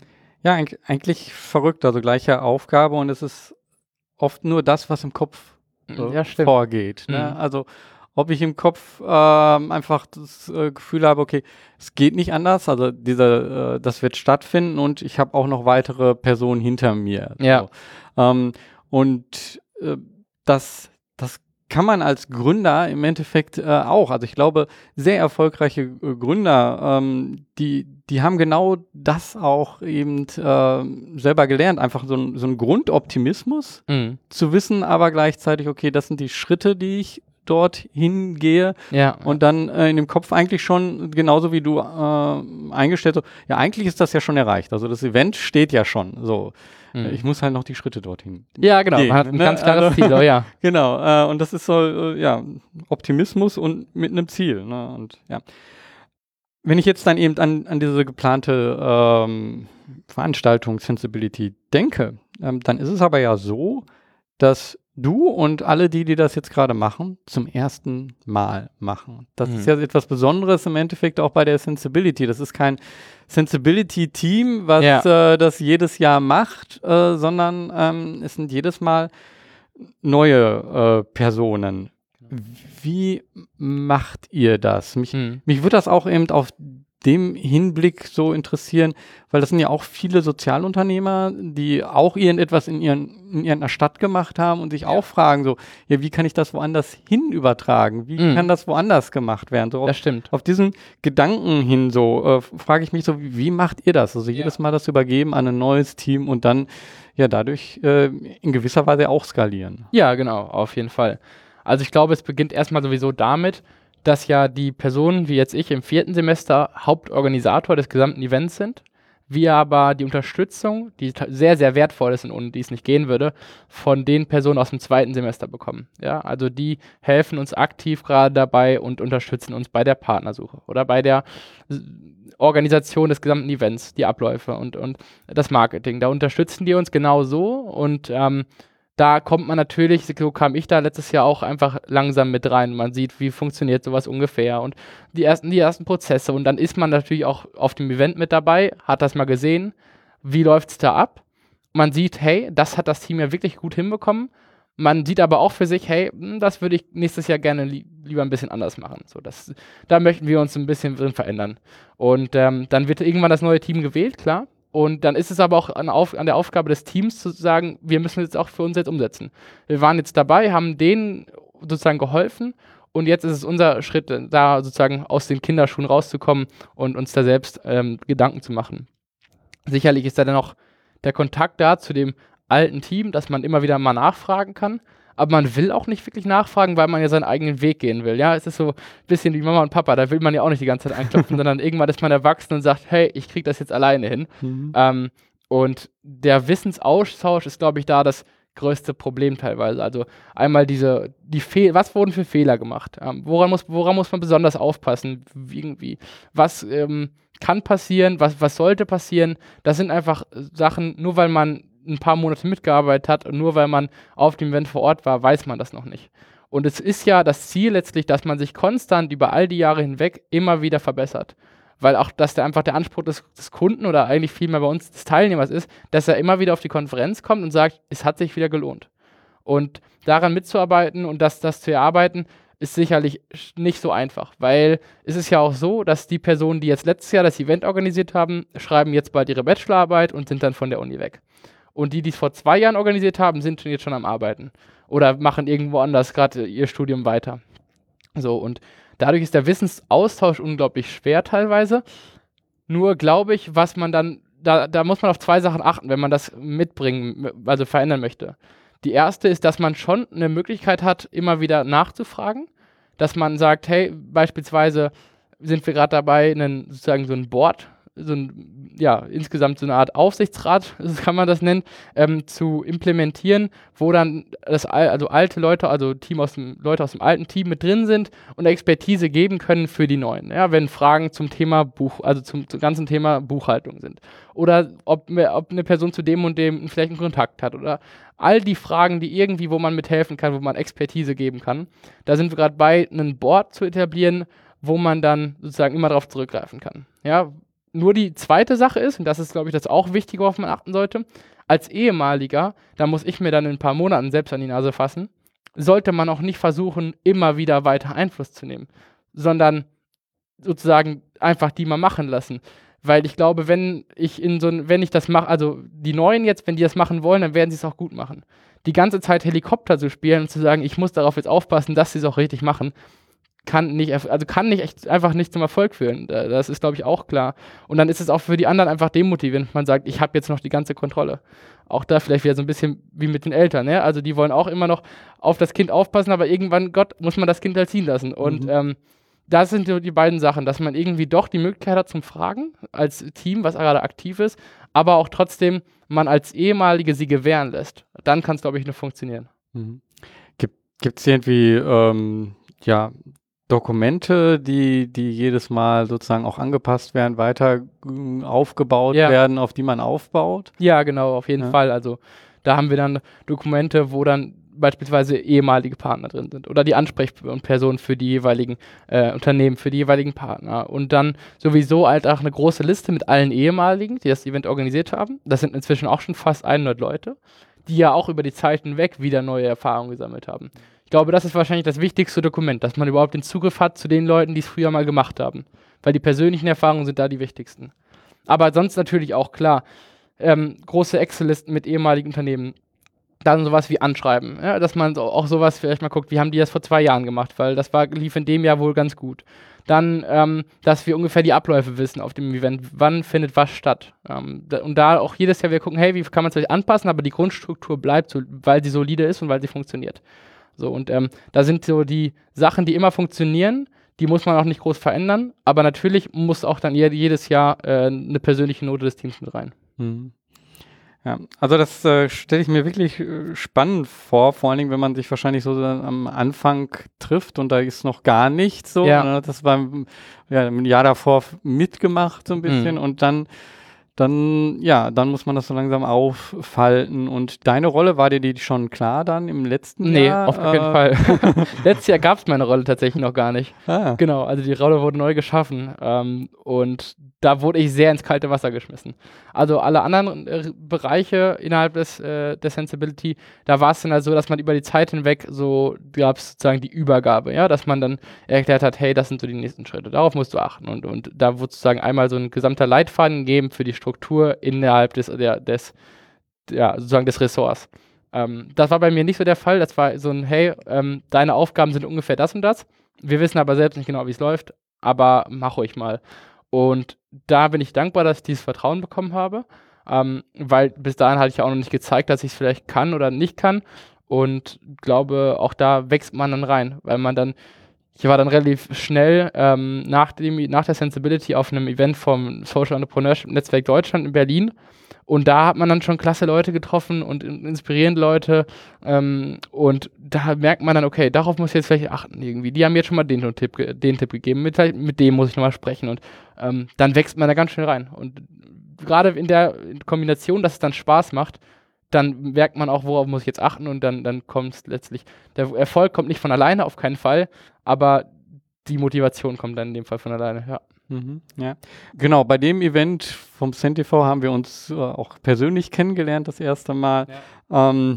Speaker 1: ja eig- eigentlich verrückt. Also gleiche Aufgabe und es ist oft nur das, was im Kopf äh,
Speaker 2: ja, stimmt.
Speaker 1: vorgeht. Ne?
Speaker 2: Mhm.
Speaker 1: Also ob ich im Kopf äh, einfach das äh, Gefühl habe, okay, es geht nicht anders. Also diese, äh, das wird stattfinden und ich habe auch noch weitere Personen hinter mir.
Speaker 2: Ja.
Speaker 1: So. Ähm, und äh, Das, das kann man als Gründer im Endeffekt äh, auch. Also ich glaube, sehr erfolgreiche äh, Gründer, ähm, die, die haben genau das auch eben äh, selber gelernt. Einfach so ein, so ein Grundoptimismus
Speaker 2: Mhm.
Speaker 1: zu wissen, aber gleichzeitig, okay, das sind die Schritte, die ich dort hingehe
Speaker 2: Ja.
Speaker 1: und dann äh, in dem Kopf eigentlich schon, genauso wie du äh, eingestellt, so, ja, eigentlich ist das ja schon erreicht. Also das Event steht ja schon so.
Speaker 2: Mhm.
Speaker 1: Ich muss halt noch die Schritte dorthin.
Speaker 2: Ja, genau.
Speaker 1: gehen,
Speaker 2: Man hat ein
Speaker 1: ne?
Speaker 2: ganz klares
Speaker 1: Also,
Speaker 2: Ziel, oh ja.
Speaker 1: Genau, äh, und das ist so, äh, ja, Optimismus und mit einem Ziel. Ne? Und ja. Wenn ich jetzt dann eben an, an diese geplante ähm, Veranstaltung Sensibility denke, ähm, dann ist es aber ja so, dass du und alle die, die das jetzt gerade machen, zum ersten Mal machen. Das
Speaker 2: Mhm.
Speaker 1: ist ja etwas Besonderes im Endeffekt auch bei der Sensibility. Das ist kein Sensibility-Team, was
Speaker 2: Ja.
Speaker 1: äh, das jedes Jahr macht, äh, sondern ähm, es sind jedes Mal neue äh, Personen. Wie macht ihr das? Mich,
Speaker 2: Mhm.
Speaker 1: mich würde das auch eben auf dem Hinblick so interessieren, weil das sind ja auch viele Sozialunternehmer, die auch irgendetwas in, ihren, in ihrer Stadt gemacht haben und sich ja. auch fragen so, ja, wie kann ich das woanders hin übertragen? Wie mhm. kann das woanders gemacht werden? So auf,
Speaker 2: das stimmt.
Speaker 1: Auf diesen Gedanken hin so, äh, frage ich mich so, wie, wie macht ihr das? Also ja. jedes Mal das übergeben an ein neues Team und dann ja dadurch äh, in gewisser Weise auch skalieren.
Speaker 2: Ja, genau, auf jeden Fall. Also ich glaube, es beginnt erstmal sowieso damit, dass ja die Personen, wie jetzt ich im vierten Semester, Hauptorganisator des gesamten Events sind, wir aber die Unterstützung, die sehr, sehr wertvoll ist und ohne die es nicht gehen würde, von den Personen aus dem zweiten Semester bekommen. Ja, also die helfen uns aktiv gerade dabei und unterstützen uns bei der Partnersuche oder bei der Organisation des gesamten Events, die Abläufe und, und das Marketing. Da unterstützen die uns genau so und ähm, da kommt man natürlich, so kam ich da letztes Jahr auch einfach langsam mit rein. Man sieht, wie funktioniert sowas ungefähr und die ersten, die ersten Prozesse. Und dann ist man natürlich auch auf dem Event mit dabei, hat das mal gesehen, wie läuft es da ab. Man sieht, hey, das hat das Team ja wirklich gut hinbekommen. Man sieht aber auch für sich, hey, das würde ich nächstes Jahr gerne li- lieber ein bisschen anders machen. So, das, da möchten wir uns ein bisschen drin verändern. Und ähm, dann wird irgendwann das neue Team gewählt, klar. Und dann ist es aber auch an, auf, an der Aufgabe des Teams zu sagen, wir müssen jetzt auch für uns jetzt umsetzen. Wir waren jetzt dabei, haben denen sozusagen geholfen und jetzt ist es unser Schritt, da sozusagen aus den Kinderschuhen rauszukommen und uns da selbst ähm, Gedanken zu machen. Sicherlich ist da dann auch der Kontakt da zu dem alten Team, dass man immer wieder mal nachfragen kann. Aber man will auch nicht wirklich nachfragen, weil man ja seinen eigenen Weg gehen will. Ja, es ist so ein bisschen wie Mama und Papa, da will man ja auch nicht die ganze Zeit einklopfen, sondern irgendwann ist man erwachsen und sagt, hey, ich krieg das jetzt alleine hin. Mhm. Ähm, und der Wissensaustausch ist, glaube ich, da das größte Problem teilweise. Also einmal diese, die Fe- was wurden für Fehler gemacht? Ähm, woran, muss, woran muss man besonders aufpassen? Irgendwie, was ähm, kann passieren? Was, was sollte passieren? Das sind einfach Sachen, nur weil man ein paar Monate mitgearbeitet hat und nur weil man auf dem Event vor Ort war, weiß man das noch nicht. Und es ist ja das Ziel letztlich, dass man sich konstant über all die Jahre hinweg immer wieder verbessert. Weil auch, dass der einfach der Anspruch des, des Kunden oder eigentlich vielmehr bei uns des Teilnehmers ist, dass er immer wieder auf die Konferenz kommt und sagt, es hat sich wieder gelohnt. Und daran mitzuarbeiten und das, das zu erarbeiten, ist sicherlich nicht so einfach, weil es ist ja auch so, dass die Personen, die jetzt letztes Jahr das Event organisiert haben, schreiben jetzt bald ihre Bachelorarbeit und sind dann von der Uni weg. Und die, die es vor zwei Jahren organisiert haben, sind jetzt schon am Arbeiten. Oder machen irgendwo anders gerade ihr Studium weiter. So, und dadurch ist der Wissensaustausch unglaublich schwer teilweise. Nur glaube ich, was man dann, da, da muss man auf zwei Sachen achten, wenn man das mitbringen, also verändern möchte. Die erste ist, dass man schon eine Möglichkeit hat, immer wieder nachzufragen. Dass man sagt, hey, beispielsweise sind wir gerade dabei, einen, sozusagen so ein Board, so ein, ja, insgesamt so eine Art Aufsichtsrat, so kann man das nennen, ähm, zu implementieren, wo dann das, also alte Leute, also Team aus dem, Leute aus dem alten Team mit drin sind und Expertise geben können für die Neuen. Ja, wenn Fragen zum Thema Buch, also zum, zum ganzen Thema Buchhaltung sind. Oder ob, ob eine Person zu dem und dem vielleicht einen Kontakt hat oder all die Fragen, die irgendwie, wo man mithelfen kann, wo man Expertise geben kann. Da sind wir gerade bei, ein Board zu etablieren, wo man dann sozusagen immer darauf zurückgreifen kann. Ja, nur die zweite Sache ist, und das ist, glaube ich, das auch Wichtige, worauf man achten sollte, als Ehemaliger, da muss ich mir dann in ein paar Monaten selbst an die Nase fassen, sollte man auch nicht versuchen, immer wieder weiter Einfluss zu nehmen, sondern sozusagen einfach die mal machen lassen. Weil ich glaube, wenn ich in so ein, wenn ich das mache, also die Neuen jetzt, wenn die das machen wollen, dann werden sie es auch gut machen. Die ganze Zeit Helikopter zu spielen und zu sagen, ich muss darauf jetzt aufpassen, dass sie es auch richtig machen, kann nicht, also kann nicht echt einfach nicht zum Erfolg führen. Das ist, glaube ich, auch klar. Und dann ist es auch für die anderen einfach demotivierend. Man sagt, ich habe jetzt noch die ganze Kontrolle. Auch da vielleicht wieder so ein bisschen wie mit den Eltern. Ne? Also die wollen auch immer noch auf das Kind aufpassen, aber irgendwann, Gott, muss man das Kind halt ziehen lassen. Und mhm. ähm, das sind so die beiden Sachen, dass man irgendwie doch die Möglichkeit hat zum Fragen als Team, was gerade aktiv ist, aber auch trotzdem man als Ehemalige sie gewähren lässt. Dann kann es, glaube ich, nur funktionieren.
Speaker 1: Mhm. Gibt es irgendwie, ähm, ja, Dokumente, die, die jedes Mal sozusagen auch angepasst werden, weiter äh, aufgebaut ja. werden, auf die man aufbaut?
Speaker 2: Ja, genau, auf jeden ja. Fall. Also da haben wir dann Dokumente, wo dann beispielsweise ehemalige Partner drin sind oder die Ansprechpersonen für die jeweiligen äh, Unternehmen, für die jeweiligen Partner. Und dann sowieso halt auch eine große Liste mit allen ehemaligen, die das Event organisiert haben. Das sind inzwischen auch schon fast hundert Leute, die ja auch über die Zeit hinweg wieder neue Erfahrungen gesammelt haben. Ich glaube, das ist wahrscheinlich das wichtigste Dokument, dass man überhaupt den Zugriff hat zu den Leuten, die es früher mal gemacht haben. weil die persönlichen Erfahrungen sind da die wichtigsten. Aber sonst natürlich auch, klar, ähm, große Excel-Listen mit ehemaligen Unternehmen, dann sowas wie Anschreiben, ja, dass man so, auch sowas vielleicht mal guckt, wie haben die das vor zwei Jahren gemacht, weil das war, lief in dem Jahr wohl ganz gut. Dann, ähm, dass wir ungefähr die Abläufe wissen auf dem Event, wann findet was statt. Ähm, da, und da auch jedes Jahr wir gucken, hey, wie kann man es vielleicht anpassen, aber die Grundstruktur bleibt, so, weil sie solide ist und weil sie funktioniert. So, und ähm, da sind so die Sachen, die immer funktionieren, die muss man auch nicht groß verändern, aber natürlich muss auch dann jedes Jahr äh, eine persönliche Note des Teams mit rein.
Speaker 1: Mhm. Ja, also das äh, stelle ich mir wirklich äh, spannend vor, vor allen Dingen, wenn man sich wahrscheinlich so dann am Anfang trifft und da ist noch gar nichts so.
Speaker 2: Ja.
Speaker 1: Ne? Das war ja, im Jahr davor f- mitgemacht so ein bisschen
Speaker 2: Mhm.
Speaker 1: und dann, dann, ja, dann muss man das so langsam auffalten. Und deine Rolle, war dir die schon klar dann im letzten
Speaker 2: Nee,
Speaker 1: Jahr?
Speaker 2: auf gar keinen
Speaker 1: Äh,
Speaker 2: Fall. Letztes Jahr gab es meine Rolle tatsächlich noch gar nicht.
Speaker 1: ah,
Speaker 2: Genau, also die Rolle wurde neu geschaffen ähm, und da wurde ich sehr ins kalte Wasser geschmissen. Also alle anderen äh, Bereiche innerhalb des, äh, der Sensibility, da war es dann halt so, dass man über die Zeit hinweg so, gab es sozusagen die Übergabe, ja, dass man dann erklärt hat, hey, das sind so die nächsten Schritte, darauf musst du achten und, und da wurde sozusagen einmal so ein gesamter Leitfaden gegeben für die Struktur innerhalb des, der, des, ja, sozusagen des Ressorts. Ähm, das war bei mir nicht so der Fall, das war so ein, hey, ähm, deine Aufgaben sind ungefähr das und das, wir wissen aber selbst nicht genau, wie es läuft, aber mach ruhig mal. Und da bin ich dankbar, dass ich dieses Vertrauen bekommen habe, ähm, weil bis dahin hatte ich auch noch nicht gezeigt, dass ich es vielleicht kann oder nicht kann. Und glaube, auch da wächst man dann rein, weil man dann, ich war dann relativ schnell ähm, nach, dem, nach der Sensibility auf einem Event vom Social Entrepreneurship Netzwerk Deutschland in Berlin. Und da hat man dann schon klasse Leute getroffen und in- inspirierende Leute. Ähm, und da merkt man dann, okay, darauf muss ich jetzt vielleicht achten irgendwie. Die haben jetzt schon mal den Tipp, ge- den Tipp gegeben, mit, mit dem muss ich nochmal sprechen. Und ähm, dann wächst man da ganz schnell rein. Und gerade in der Kombination, dass es dann Spaß macht, dann merkt man auch, worauf muss ich jetzt achten. Und dann, dann kommt es letztlich, der Erfolg kommt nicht von alleine, auf keinen Fall, aber die Motivation kommt dann in dem Fall von alleine, ja.
Speaker 1: mhm, ja. Genau, bei dem Event vom CENTV haben wir uns äh, auch persönlich kennengelernt das erste Mal. Ähm,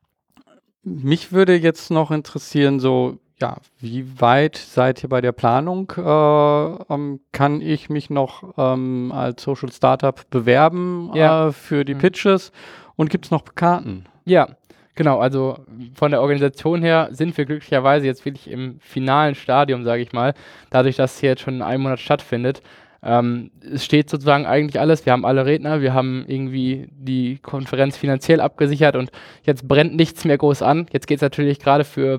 Speaker 1: mich würde jetzt noch interessieren, so, ja, wie weit seid ihr bei der Planung? Äh, ähm, kann ich mich noch ähm, als Social Startup bewerben
Speaker 2: Ja.
Speaker 1: äh, für die
Speaker 2: Mhm.
Speaker 1: Pitches? Und gibt es noch Karten?
Speaker 2: Ja, genau. Also von der Organisation her sind wir glücklicherweise jetzt wirklich im finalen Stadium, sage ich mal. Dadurch, dass es hier jetzt schon in einem Monat stattfindet. Ähm, es steht sozusagen eigentlich alles. Wir haben alle Redner, wir haben irgendwie die Konferenz finanziell abgesichert und jetzt brennt nichts mehr groß an. Jetzt geht es natürlich gerade für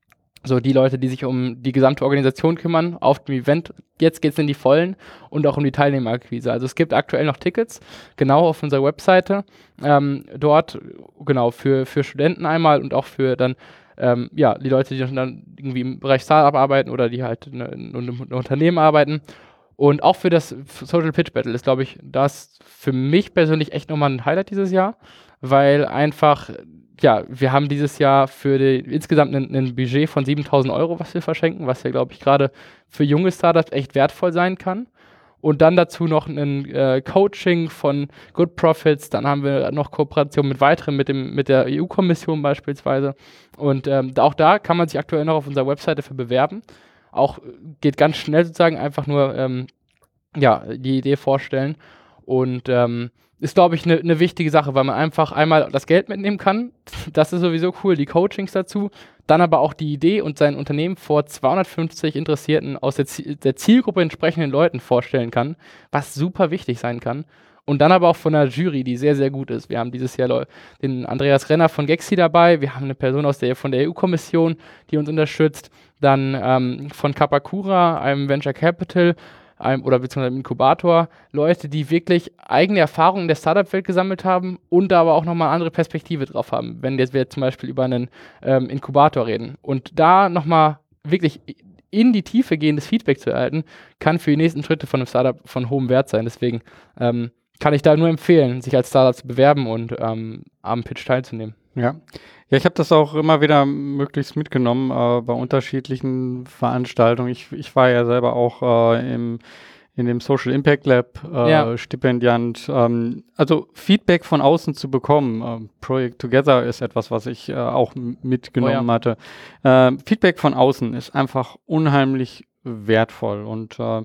Speaker 2: so die Leute, die sich um die gesamte Organisation kümmern, auf dem Event. Jetzt geht es in die Vollen und auch um die Teilnehmerakquise. Also es gibt aktuell noch Tickets, genau auf unserer Webseite. Ähm, dort, genau, für, für Studenten einmal und auch für dann, ähm, ja, die Leute, die dann irgendwie im Bereich Startup arbeiten oder die halt in einem in Unternehmen arbeiten. Und auch für das Social Pitch Battle ist, glaube ich, das für mich persönlich echt nochmal ein Highlight dieses Jahr, weil einfach, ja, wir haben dieses Jahr für die, insgesamt ein Budget von siebentausend Euro, was wir verschenken, was ja, glaube ich, gerade für junge Startups echt wertvoll sein kann. Und dann dazu noch ein äh, Coaching von Good Profits. Dann haben wir noch Kooperation mit weiteren, mit, dem, mit der E U-Kommission beispielsweise. Und ähm, auch da kann man sich aktuell noch auf unserer Webseite für bewerben. Auch äh, geht ganz schnell sozusagen, einfach nur ähm, ja, die Idee vorstellen. Und ähm, ist, glaube ich, eine ne wichtige Sache, weil man einfach einmal das Geld mitnehmen kann. Das ist sowieso cool, die Coachings dazu. Dann aber auch die Idee und sein Unternehmen vor zweihundertfünfzig Interessierten aus der, Ziel der Zielgruppe entsprechenden Leuten vorstellen kann, was super wichtig sein kann. Und dann aber auch von einer Jury, die sehr, sehr gut ist. Wir haben dieses Jahr Leu den Andreas Renner von Gexi dabei. Wir haben eine Person aus der, von der E U-Kommission, die uns unterstützt. Dann ähm, von Kapakura, einem Venture Capital, einem, oder beziehungsweise einem Inkubator, Leute, die wirklich eigene Erfahrungen in der Startup-Welt gesammelt haben und da aber auch nochmal eine andere Perspektive drauf haben, wenn jetzt wir zum Beispiel über einen ähm, Inkubator reden. Und da nochmal wirklich in die Tiefe gehendes Feedback zu erhalten, kann für die nächsten Schritte von einem Startup von hohem Wert sein. Deswegen ähm, kann ich da nur empfehlen, sich als Startup zu bewerben und ähm, am Pitch teilzunehmen.
Speaker 1: Ja, ja, ich habe das auch immer wieder möglichst mitgenommen äh, bei unterschiedlichen Veranstaltungen. Ich, ich war ja selber auch äh, im, in dem Social Impact Lab äh,
Speaker 2: Ja.
Speaker 1: Stipendiant. Ähm, also Feedback von außen zu bekommen. Ähm, Project Together ist etwas, was ich äh, auch m- mitgenommen
Speaker 2: Oh ja.
Speaker 1: hatte. Ähm, Feedback von außen ist einfach unheimlich wertvoll und äh,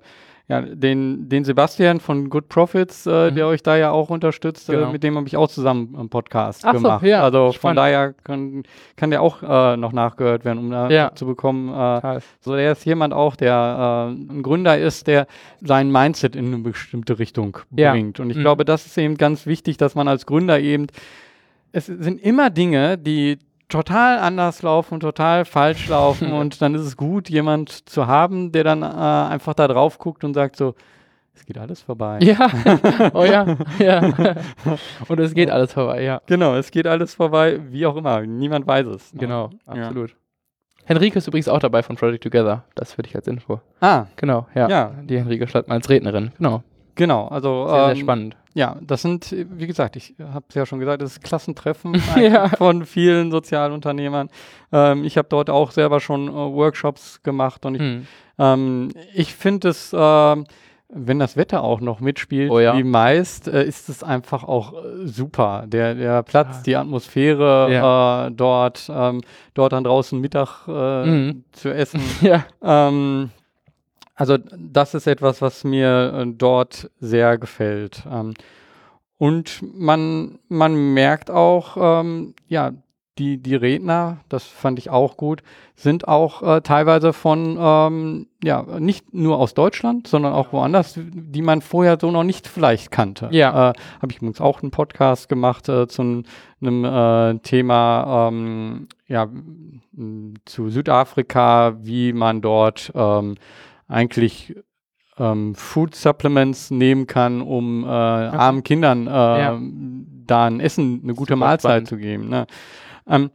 Speaker 1: ja, den, den Sebastian von Good Profits, äh,
Speaker 2: Mhm.
Speaker 1: der euch da ja auch unterstützt,
Speaker 2: Genau.
Speaker 1: äh, mit dem habe ich auch zusammen einen Podcast
Speaker 2: Ach so,
Speaker 1: gemacht.
Speaker 2: ja,
Speaker 1: also von
Speaker 2: spannend.
Speaker 1: daher kann, kann der auch äh, noch nachgehört werden, um da
Speaker 2: Ja.
Speaker 1: zu bekommen. Äh,
Speaker 2: Total.
Speaker 1: so, der ist jemand auch, der äh, ein Gründer ist, der sein Mindset in eine bestimmte Richtung
Speaker 2: Ja.
Speaker 1: bringt. Und ich
Speaker 2: Mhm.
Speaker 1: glaube, das ist eben ganz wichtig, dass man als Gründer eben, es sind immer Dinge, die total anders laufen, total falsch laufen und dann ist es gut, jemand zu haben, der dann äh, einfach da drauf guckt und sagt so, es geht alles vorbei.
Speaker 2: Ja, oh ja, ja. Und es geht alles vorbei, ja.
Speaker 1: Genau, es geht alles vorbei, wie auch immer, niemand weiß es. ne?
Speaker 2: Genau,
Speaker 1: Ja.
Speaker 2: absolut. Henrike ist übrigens auch dabei von Project Together, das für dich als Info.
Speaker 1: Ah,
Speaker 2: Genau, ja.
Speaker 1: Ja.
Speaker 2: Die Henrike Schlattmann als Rednerin, genau.
Speaker 1: genau, also
Speaker 2: Sehr, sehr
Speaker 1: ähm,
Speaker 2: spannend.
Speaker 1: ja, das sind, äh, wie gesagt, ich habe es ja schon gesagt, das ist Klassentreffen
Speaker 2: Ja.
Speaker 1: eigentlich von vielen Sozialunternehmern. Ähm, ich habe dort auch selber schon äh, Workshops gemacht und ich
Speaker 2: Hm.
Speaker 1: Ähm, ich finde es, ähm, wenn das Wetter auch noch mitspielt,
Speaker 2: Oh ja.
Speaker 1: wie meist, äh, ist es einfach auch äh, super. Der, der Platz,
Speaker 2: Ja.
Speaker 1: die Atmosphäre
Speaker 2: Ja.
Speaker 1: äh, dort, ähm, dort dann draußen Mittag äh,
Speaker 2: Mhm.
Speaker 1: zu essen.
Speaker 2: Ja,
Speaker 1: ähm, also das ist etwas, was mir äh, dort sehr gefällt. Ähm, und man, man merkt auch, ähm, ja, die, die Redner, das fand ich auch gut, sind auch äh, teilweise von, ähm, ja, nicht nur aus Deutschland, sondern auch woanders, die man vorher so noch nicht vielleicht kannte.
Speaker 2: Ja.
Speaker 1: Äh, Habe ich übrigens auch einen Podcast gemacht äh, zu n- einem äh, Thema, ähm, ja, m, zu Südafrika, wie man dort ähm, eigentlich ähm, Food Supplements nehmen kann, um äh, armen Kindern äh,
Speaker 2: Ja.
Speaker 1: da ein Essen, eine gute
Speaker 2: Super
Speaker 1: Mahlzeit
Speaker 2: spannend.
Speaker 1: zu geben. Ne? Ähm,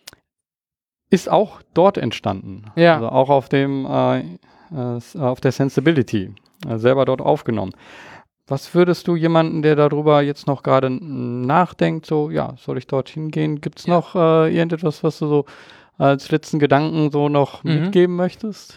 Speaker 1: ist auch dort entstanden.
Speaker 2: Ja.
Speaker 1: Also auch auf dem äh, äh, s- auf der Sensibility, äh, selber dort aufgenommen. Was würdest du jemanden, der darüber jetzt noch gerade n- nachdenkt, so, ja, soll ich dort hingehen? Gibt es
Speaker 2: Ja.
Speaker 1: noch äh, irgendetwas, was du so als letzten Gedanken so noch
Speaker 2: Mhm.
Speaker 1: mitgeben möchtest?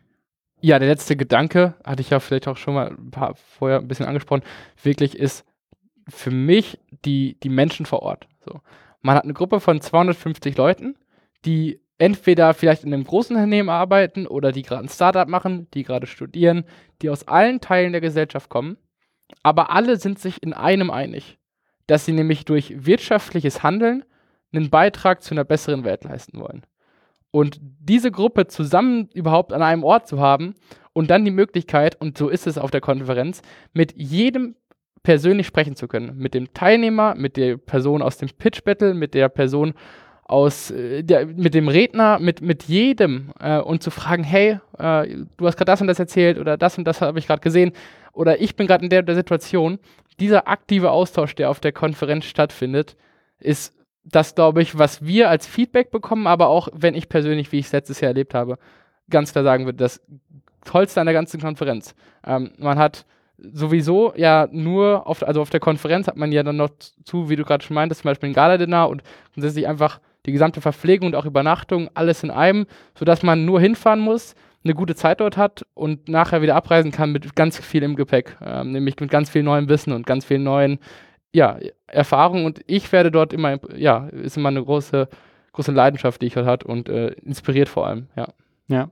Speaker 2: Ja, der letzte Gedanke, hatte ich ja vielleicht auch schon mal ein paar vorher ein bisschen angesprochen, wirklich ist für mich die, die Menschen vor Ort. So. Man hat eine Gruppe von zweihundertfünfzig Leuten, die entweder vielleicht in einem großen Unternehmen arbeiten oder die gerade ein Startup machen, die gerade studieren, die aus allen Teilen der Gesellschaft kommen, aber alle sind sich in einem einig, dass sie nämlich durch wirtschaftliches Handeln einen Beitrag zu einer besseren Welt leisten wollen. Und diese Gruppe zusammen überhaupt an einem Ort zu haben und dann die Möglichkeit, und so ist es auf der Konferenz, mit jedem persönlich sprechen zu können. Mit dem Teilnehmer, mit der Person aus dem Pitch Battle, mit der Person aus, äh, der, mit dem Redner, mit, mit jedem äh, und zu fragen, hey, äh, du hast gerade das und das erzählt oder das und das habe ich gerade gesehen oder ich bin gerade in der, der Situation. Dieser aktive Austausch, der auf der Konferenz stattfindet, ist das, glaube ich, was wir als Feedback bekommen, aber auch, wenn ich persönlich, wie ich es letztes Jahr erlebt habe, ganz klar sagen würde, das Tollste an der ganzen Konferenz. Ähm, man hat sowieso ja nur, auf, also auf der Konferenz hat man ja dann noch zu, wie du gerade schon meintest, zum Beispiel ein Gala-Dinner und grundsätzlich einfach die gesamte Verpflegung und auch Übernachtung, alles in einem, sodass man nur hinfahren muss, eine gute Zeit dort hat und nachher wieder abreisen kann mit ganz viel im Gepäck, ähm, nämlich mit ganz viel neuem Wissen und ganz viel neuen ja, Erfahrung und ich werde dort immer, ja, ist immer eine große, große Leidenschaft, die ich dort habe und äh, inspiriert vor allem, ja.
Speaker 1: Ja.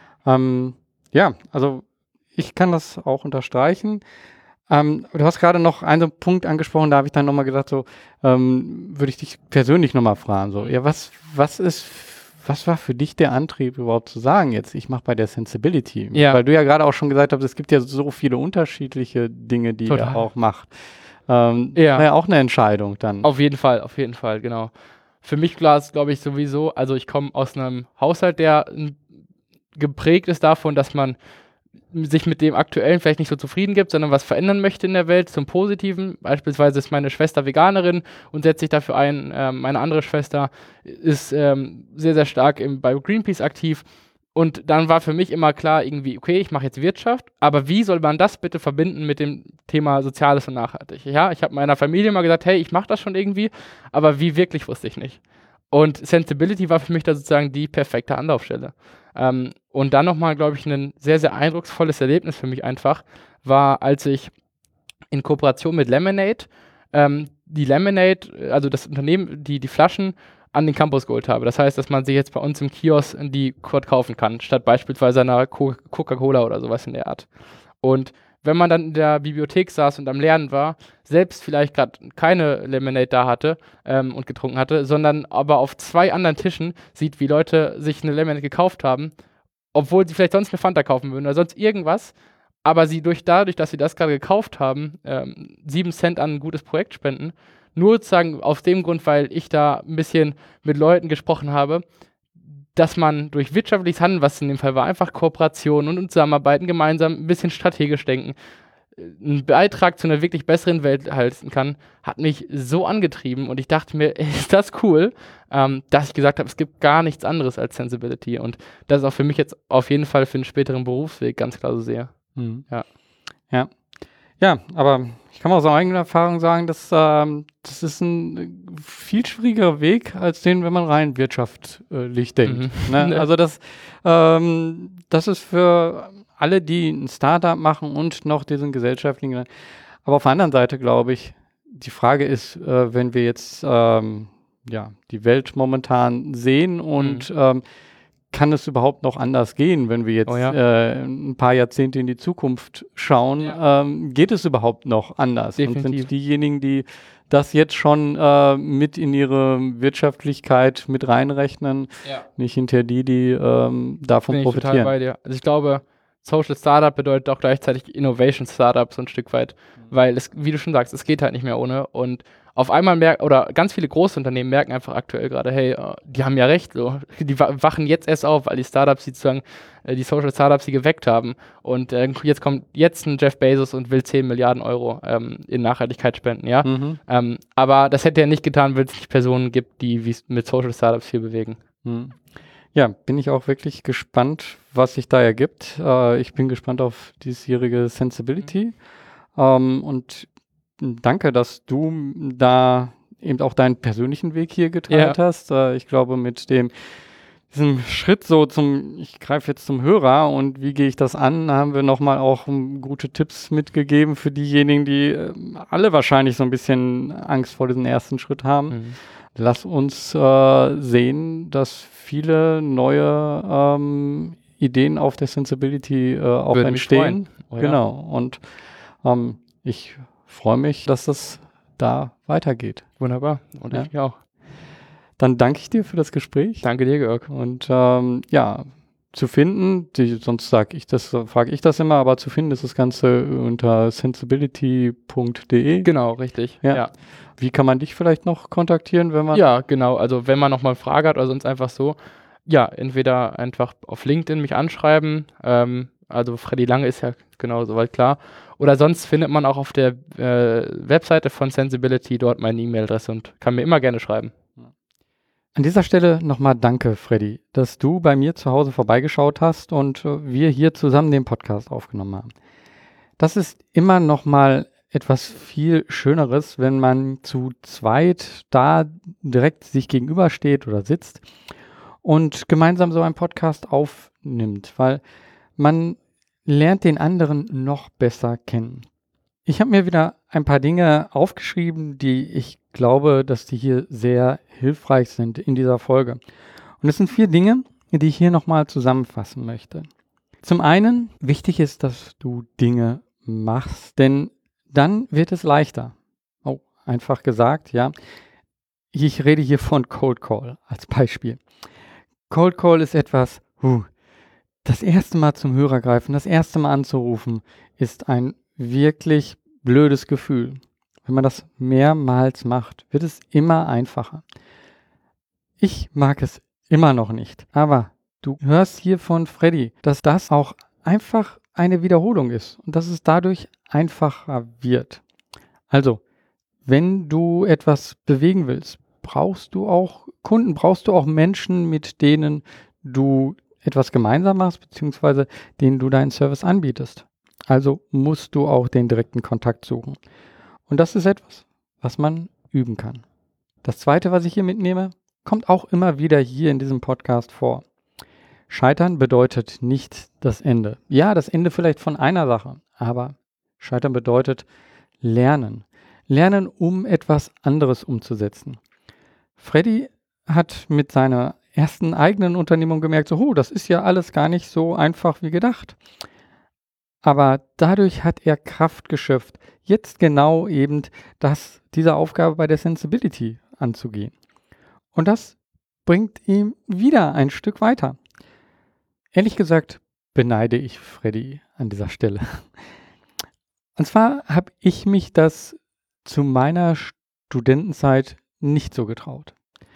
Speaker 1: Ähm, ja, also ich kann das auch unterstreichen. Ähm, du hast gerade noch einen Punkt angesprochen, da habe ich dann nochmal gedacht, so, ähm, würde ich dich persönlich nochmal fragen, so, ja, was, was ist, was war für dich der Antrieb überhaupt zu sagen jetzt, ich mache bei der Sensibility?
Speaker 2: Ja.
Speaker 1: Weil du ja gerade auch schon gesagt hast, es gibt ja so viele unterschiedliche Dinge, die
Speaker 2: Total.
Speaker 1: ihr auch macht. Ähm,
Speaker 2: Ja.
Speaker 1: War ja auch eine Entscheidung dann.
Speaker 2: Auf jeden Fall, auf jeden Fall, genau. Für mich klar ist, glaube ich, sowieso, also ich komme aus einem Haushalt, der n- geprägt ist davon, dass man sich mit dem Aktuellen vielleicht nicht so zufrieden gibt, sondern was verändern möchte in der Welt zum Positiven. Beispielsweise ist meine Schwester Veganerin und setzt sich dafür ein. Ähm, meine andere Schwester ist ähm, sehr, sehr stark im, bei Greenpeace aktiv. Und dann war für mich immer klar, irgendwie, okay, ich mache jetzt Wirtschaft, aber wie soll man das bitte verbinden mit dem Thema Soziales und nachhaltig? Ja, ich habe meiner Familie mal gesagt, hey, ich mache das schon irgendwie, aber wie wirklich wusste ich nicht. Und Sensibility war für mich da sozusagen die perfekte Anlaufstelle. Ähm, und dann nochmal, glaube ich, ein sehr, sehr eindrucksvolles Erlebnis für mich einfach war, als ich in Kooperation mit Lemonade ähm, die Lemonade, also das Unternehmen, die die Flaschen an den Campus geholt habe. Das heißt, dass man sie jetzt bei uns im Kiosk die dort kaufen kann, statt beispielsweise einer Co- Coca-Cola oder sowas in der Art. Und wenn man dann in der Bibliothek saß und am Lernen war, selbst vielleicht gerade keine Lemonade da hatte ähm, und getrunken hatte, sondern aber auf zwei anderen Tischen sieht, wie Leute sich eine Lemonade gekauft haben, obwohl sie vielleicht sonst eine Fanta kaufen würden oder sonst irgendwas, aber sie durch dadurch, dass sie das gerade gekauft haben, ähm, sieben Cent an ein gutes Projekt spenden, nur sozusagen aus dem Grund, weil ich da ein bisschen mit Leuten gesprochen habe, dass man durch wirtschaftliches Handeln, was in dem Fall war, einfach Kooperation und Zusammenarbeiten, gemeinsam ein bisschen strategisch denken, äh, einen Beitrag zu einer wirklich besseren Welt halten kann, hat mich so angetrieben und ich dachte mir, ist das cool, ähm, dass ich gesagt habe, es gibt gar nichts anderes als Sensibility und das ist auch für mich jetzt auf jeden Fall für den späteren Berufsweg ganz klar so sehr.
Speaker 1: Mhm.
Speaker 2: Ja.
Speaker 1: Ja. Ja, aber ich kann auch aus eigener Erfahrung sagen, dass ähm, das ist ein viel schwierigerer Weg, als den, wenn man rein wirtschaftlich denkt.
Speaker 2: Mhm.
Speaker 1: Ne? Also das, ähm, das ist für alle, die ein Startup machen und noch diesen gesellschaftlichen. Aber auf der anderen Seite glaube ich, die Frage ist, äh, wenn wir jetzt ähm, ja, die Welt momentan sehen und
Speaker 2: Mhm.
Speaker 1: ähm, kann es überhaupt noch anders gehen, wenn wir jetzt
Speaker 2: Oh ja.
Speaker 1: äh, ein paar Jahrzehnte in die Zukunft schauen?
Speaker 2: Ja.
Speaker 1: Ähm, geht es überhaupt noch anders?
Speaker 2: Definitiv.
Speaker 1: Und sind diejenigen, die das jetzt schon äh, mit in ihre Wirtschaftlichkeit mit reinrechnen,
Speaker 2: Ja.
Speaker 1: nicht hinter die, die ähm, davon
Speaker 2: Bin ich total
Speaker 1: profitieren?
Speaker 2: bei dir. Also ich glaube, Social Startup bedeutet auch gleichzeitig Innovation Startup so ein Stück weit, weil es, wie du schon sagst, es geht halt nicht mehr ohne und auf einmal merken, oder ganz viele große Unternehmen merken einfach aktuell gerade, hey, äh, die haben ja recht, so. Die wa- wachen jetzt erst auf, weil die Startups, die sozusagen, äh, die Social Startups, sie geweckt haben und äh, jetzt kommt jetzt ein Jeff Bezos und will zehn Milliarden Euro ähm, in Nachhaltigkeit spenden, ja.
Speaker 1: Mhm.
Speaker 2: Ähm, aber das hätte er nicht getan, wenn es nicht Personen gibt, die wie mit Social Startups viel bewegen.
Speaker 1: Mhm. Ja, bin ich auch wirklich gespannt, was sich da ergibt. Äh, ich bin gespannt auf diesjährige Sensibility. Ähm, und danke, dass du da eben auch deinen persönlichen Weg hier geteilt
Speaker 2: Ja.
Speaker 1: hast. Äh, ich glaube, mit dem diesem Schritt so zum, ich greife jetzt zum Hörer und wie gehe ich das an, haben wir nochmal auch um, gute Tipps mitgegeben für diejenigen, die äh, alle wahrscheinlich so ein bisschen Angst vor diesem ersten Schritt haben.
Speaker 2: Mhm.
Speaker 1: Lass uns äh, sehen, dass viele neue ähm, Ideen auf der Sensibility äh, auch
Speaker 2: Würde mich
Speaker 1: entstehen.
Speaker 2: freuen. Oh ja.
Speaker 1: Genau. Und ähm, ich freue mich, dass das da weitergeht.
Speaker 2: Wunderbar. Und
Speaker 1: Ja.
Speaker 2: ich auch.
Speaker 1: Dann danke ich dir für das Gespräch.
Speaker 2: Danke dir, Georg.
Speaker 1: Und ähm, ja, zu finden, die, sonst sage ich das, frage ich das immer, aber zu finden ist das Ganze unter sensibility punkt de.
Speaker 2: Genau, richtig.
Speaker 1: Ja.
Speaker 2: Ja.
Speaker 1: Wie kann man dich vielleicht noch kontaktieren, wenn man.
Speaker 2: Ja, genau. Also wenn man nochmal eine Frage hat oder sonst einfach so, ja, entweder einfach auf LinkedIn mich anschreiben, ähm, also Freddy Lange ist ja genau soweit klar, oder sonst findet man auch auf der äh, Webseite von Sensibility dort meine E-Mail-Adresse und kann mir immer gerne schreiben.
Speaker 1: An dieser Stelle nochmal danke, Freddy, dass du bei mir zu Hause vorbeigeschaut hast und äh, wir hier zusammen den Podcast aufgenommen haben. Das ist immer nochmal etwas viel Schöneres, wenn man zu zweit da direkt sich gegenübersteht oder sitzt und gemeinsam so einen Podcast aufnimmt, weil man lernt den anderen noch besser kennen. Ich habe mir wieder ein paar Dinge aufgeschrieben, die ich glaube, dass die hier sehr hilfreich sind in dieser Folge. Und es sind vier Dinge, die ich hier nochmal zusammenfassen möchte. Zum einen, wichtig ist, dass du Dinge machst, denn dann wird es leichter. Oh, einfach gesagt, ja. Ich rede hier von Cold Call als Beispiel. Cold Call ist etwas, huh, das erste Mal zum Hörer greifen, das erste Mal anzurufen, ist ein wirklich blödes Gefühl. Wenn man das mehrmals macht, wird es immer einfacher. Ich mag es immer noch nicht, aber du hörst hier von Freddy, dass das auch einfach eine Wiederholung ist und dass es dadurch einfacher wird. Also, wenn du etwas bewegen willst, brauchst du auch Kunden, brauchst du auch Menschen, mit denen du etwas gemeinsam machst, beziehungsweise denen du deinen Service anbietest. Also musst du auch den direkten Kontakt suchen. Und das ist etwas, was man üben kann. Das Zweite, was ich hier mitnehme, kommt auch immer wieder hier in diesem Podcast vor. Scheitern bedeutet nicht das Ende. Ja, das Ende vielleicht von einer Sache, aber Scheitern bedeutet lernen. Lernen, um etwas anderes umzusetzen. Freddy hat mit seiner ersten eigenen Unternehmung gemerkt, so, oh, das ist ja alles gar nicht so einfach wie gedacht. Aber dadurch hat er Kraft geschöpft, jetzt genau eben das, diese Aufgabe bei der Sensibility anzugehen. Und das bringt ihm wieder ein Stück weiter. Ehrlich gesagt beneide ich Freddy an dieser Stelle. Und zwar habe ich mich das zu meiner Studentenzeit nicht so getraut.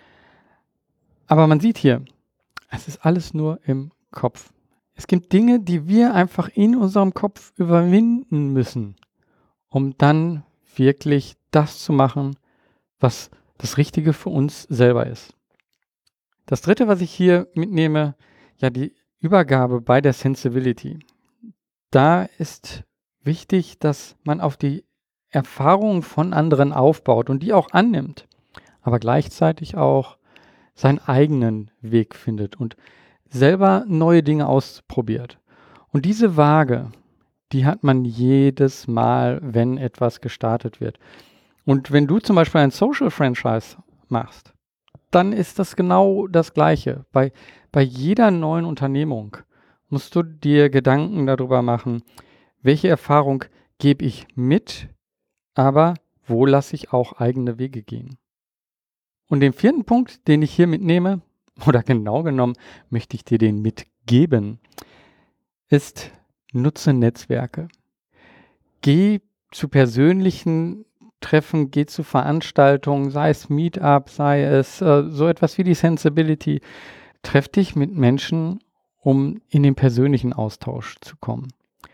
Speaker 1: Aber man sieht hier, es ist alles nur im Kopf. Es gibt Dinge, die wir einfach in unserem Kopf überwinden müssen, um dann wirklich das zu machen, was das Richtige für uns selber ist. Das Dritte, was ich hier mitnehme, ja, die Übergabe bei der Sensibility. Da ist wichtig, dass man auf die Erfahrungen von anderen aufbaut und die auch annimmt, aber gleichzeitig auch seinen eigenen Weg findet und selber neue Dinge ausprobiert. Und diese Waage, die hat man jedes Mal, wenn etwas gestartet wird. Und wenn du zum Beispiel ein Social Franchise machst, dann ist das genau das Gleiche. Bei, bei jeder neuen Unternehmung musst du dir Gedanken darüber machen, welche Erfahrung gebe ich mit, aber wo lasse ich auch eigene Wege gehen. Und den vierten Punkt, den ich hier mitnehme, oder genau genommen möchte ich dir den mitgeben, ist, nutze Netzwerke. Geh zu persönlichen Treffen, geh zu Veranstaltungen, sei es Meetup, sei es äh, so etwas wie die Sensibility. Treff dich mit Menschen, um in den persönlichen Austausch zu kommen.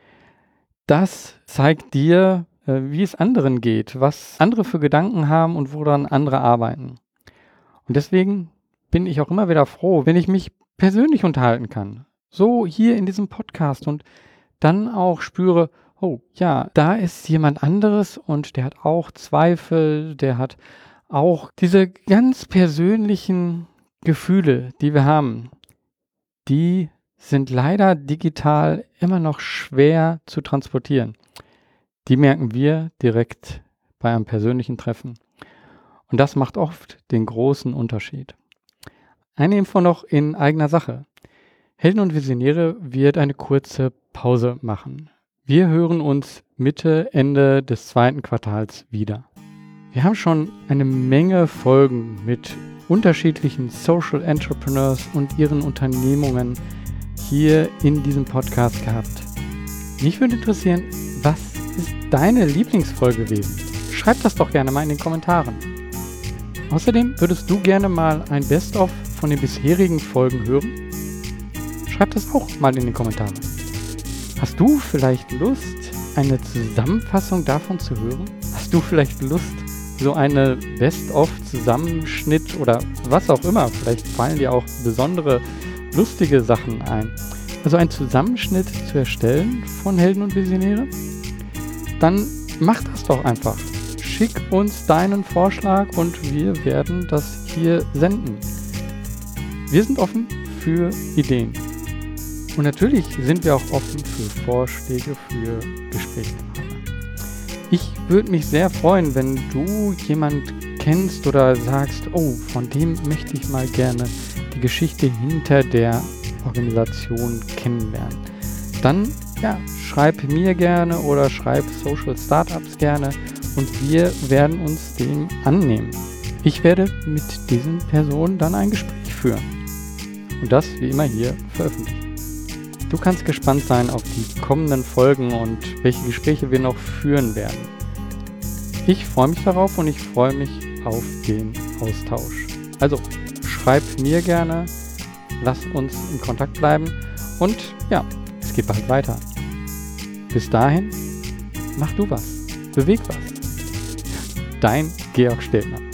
Speaker 1: Das zeigt dir, äh, wie es anderen geht, was andere für Gedanken haben und woran andere arbeiten. Und deswegen bin ich auch immer wieder froh, wenn ich mich persönlich unterhalten kann. So hier in diesem Podcast und dann auch spüre, oh ja, da ist jemand anderes und der hat auch Zweifel, der hat auch diese ganz persönlichen Gefühle, die wir haben, die sind leider digital immer noch schwer zu transportieren. Die merken wir direkt bei einem persönlichen Treffen. Und das macht oft den großen Unterschied. Eine Info noch in eigener Sache. Helden und Visionäre wird eine kurze Pause machen. Wir hören uns Mitte, Ende des zweiten Quartals wieder. Wir haben schon eine Menge Folgen mit unterschiedlichen Social Entrepreneurs und ihren Unternehmungen hier in diesem Podcast gehabt. Mich würde interessieren, was ist deine Lieblingsfolge gewesen? Schreib das doch gerne mal in den Kommentaren. Außerdem würdest du gerne mal ein Best-of von den bisherigen Folgen hören? Schreib das auch mal in den Kommentaren. Hast du vielleicht Lust, eine Zusammenfassung davon zu hören? Hast du vielleicht Lust, so eine Best-of-Zusammenschnitt oder was auch immer? Vielleicht fallen dir auch besondere, lustige Sachen ein. Also einen Zusammenschnitt zu erstellen von Helden und Visionäre? Dann mach das doch einfach. Schick uns deinen Vorschlag und wir werden das hier senden. Wir sind offen für Ideen. Und natürlich sind wir auch offen für Vorschläge, für Gesprächspartner. Ich würde mich sehr freuen, wenn du jemanden kennst oder sagst, oh, von dem möchte ich mal gerne die Geschichte hinter der Organisation kennenlernen. Dann ja, schreib mir gerne oder schreib Social Startups gerne und wir werden uns dem annehmen. Ich werde mit diesen Personen dann ein Gespräch führen und das wie immer hier veröffentlichen. Du kannst gespannt sein auf die kommenden Folgen und welche Gespräche wir noch führen werden. Ich freue mich darauf und ich freue mich auf den Austausch. Also schreib mir gerne, lass uns in Kontakt bleiben und ja, es geht bald weiter. Bis dahin, mach du was, beweg was. Dein Georg Steltner.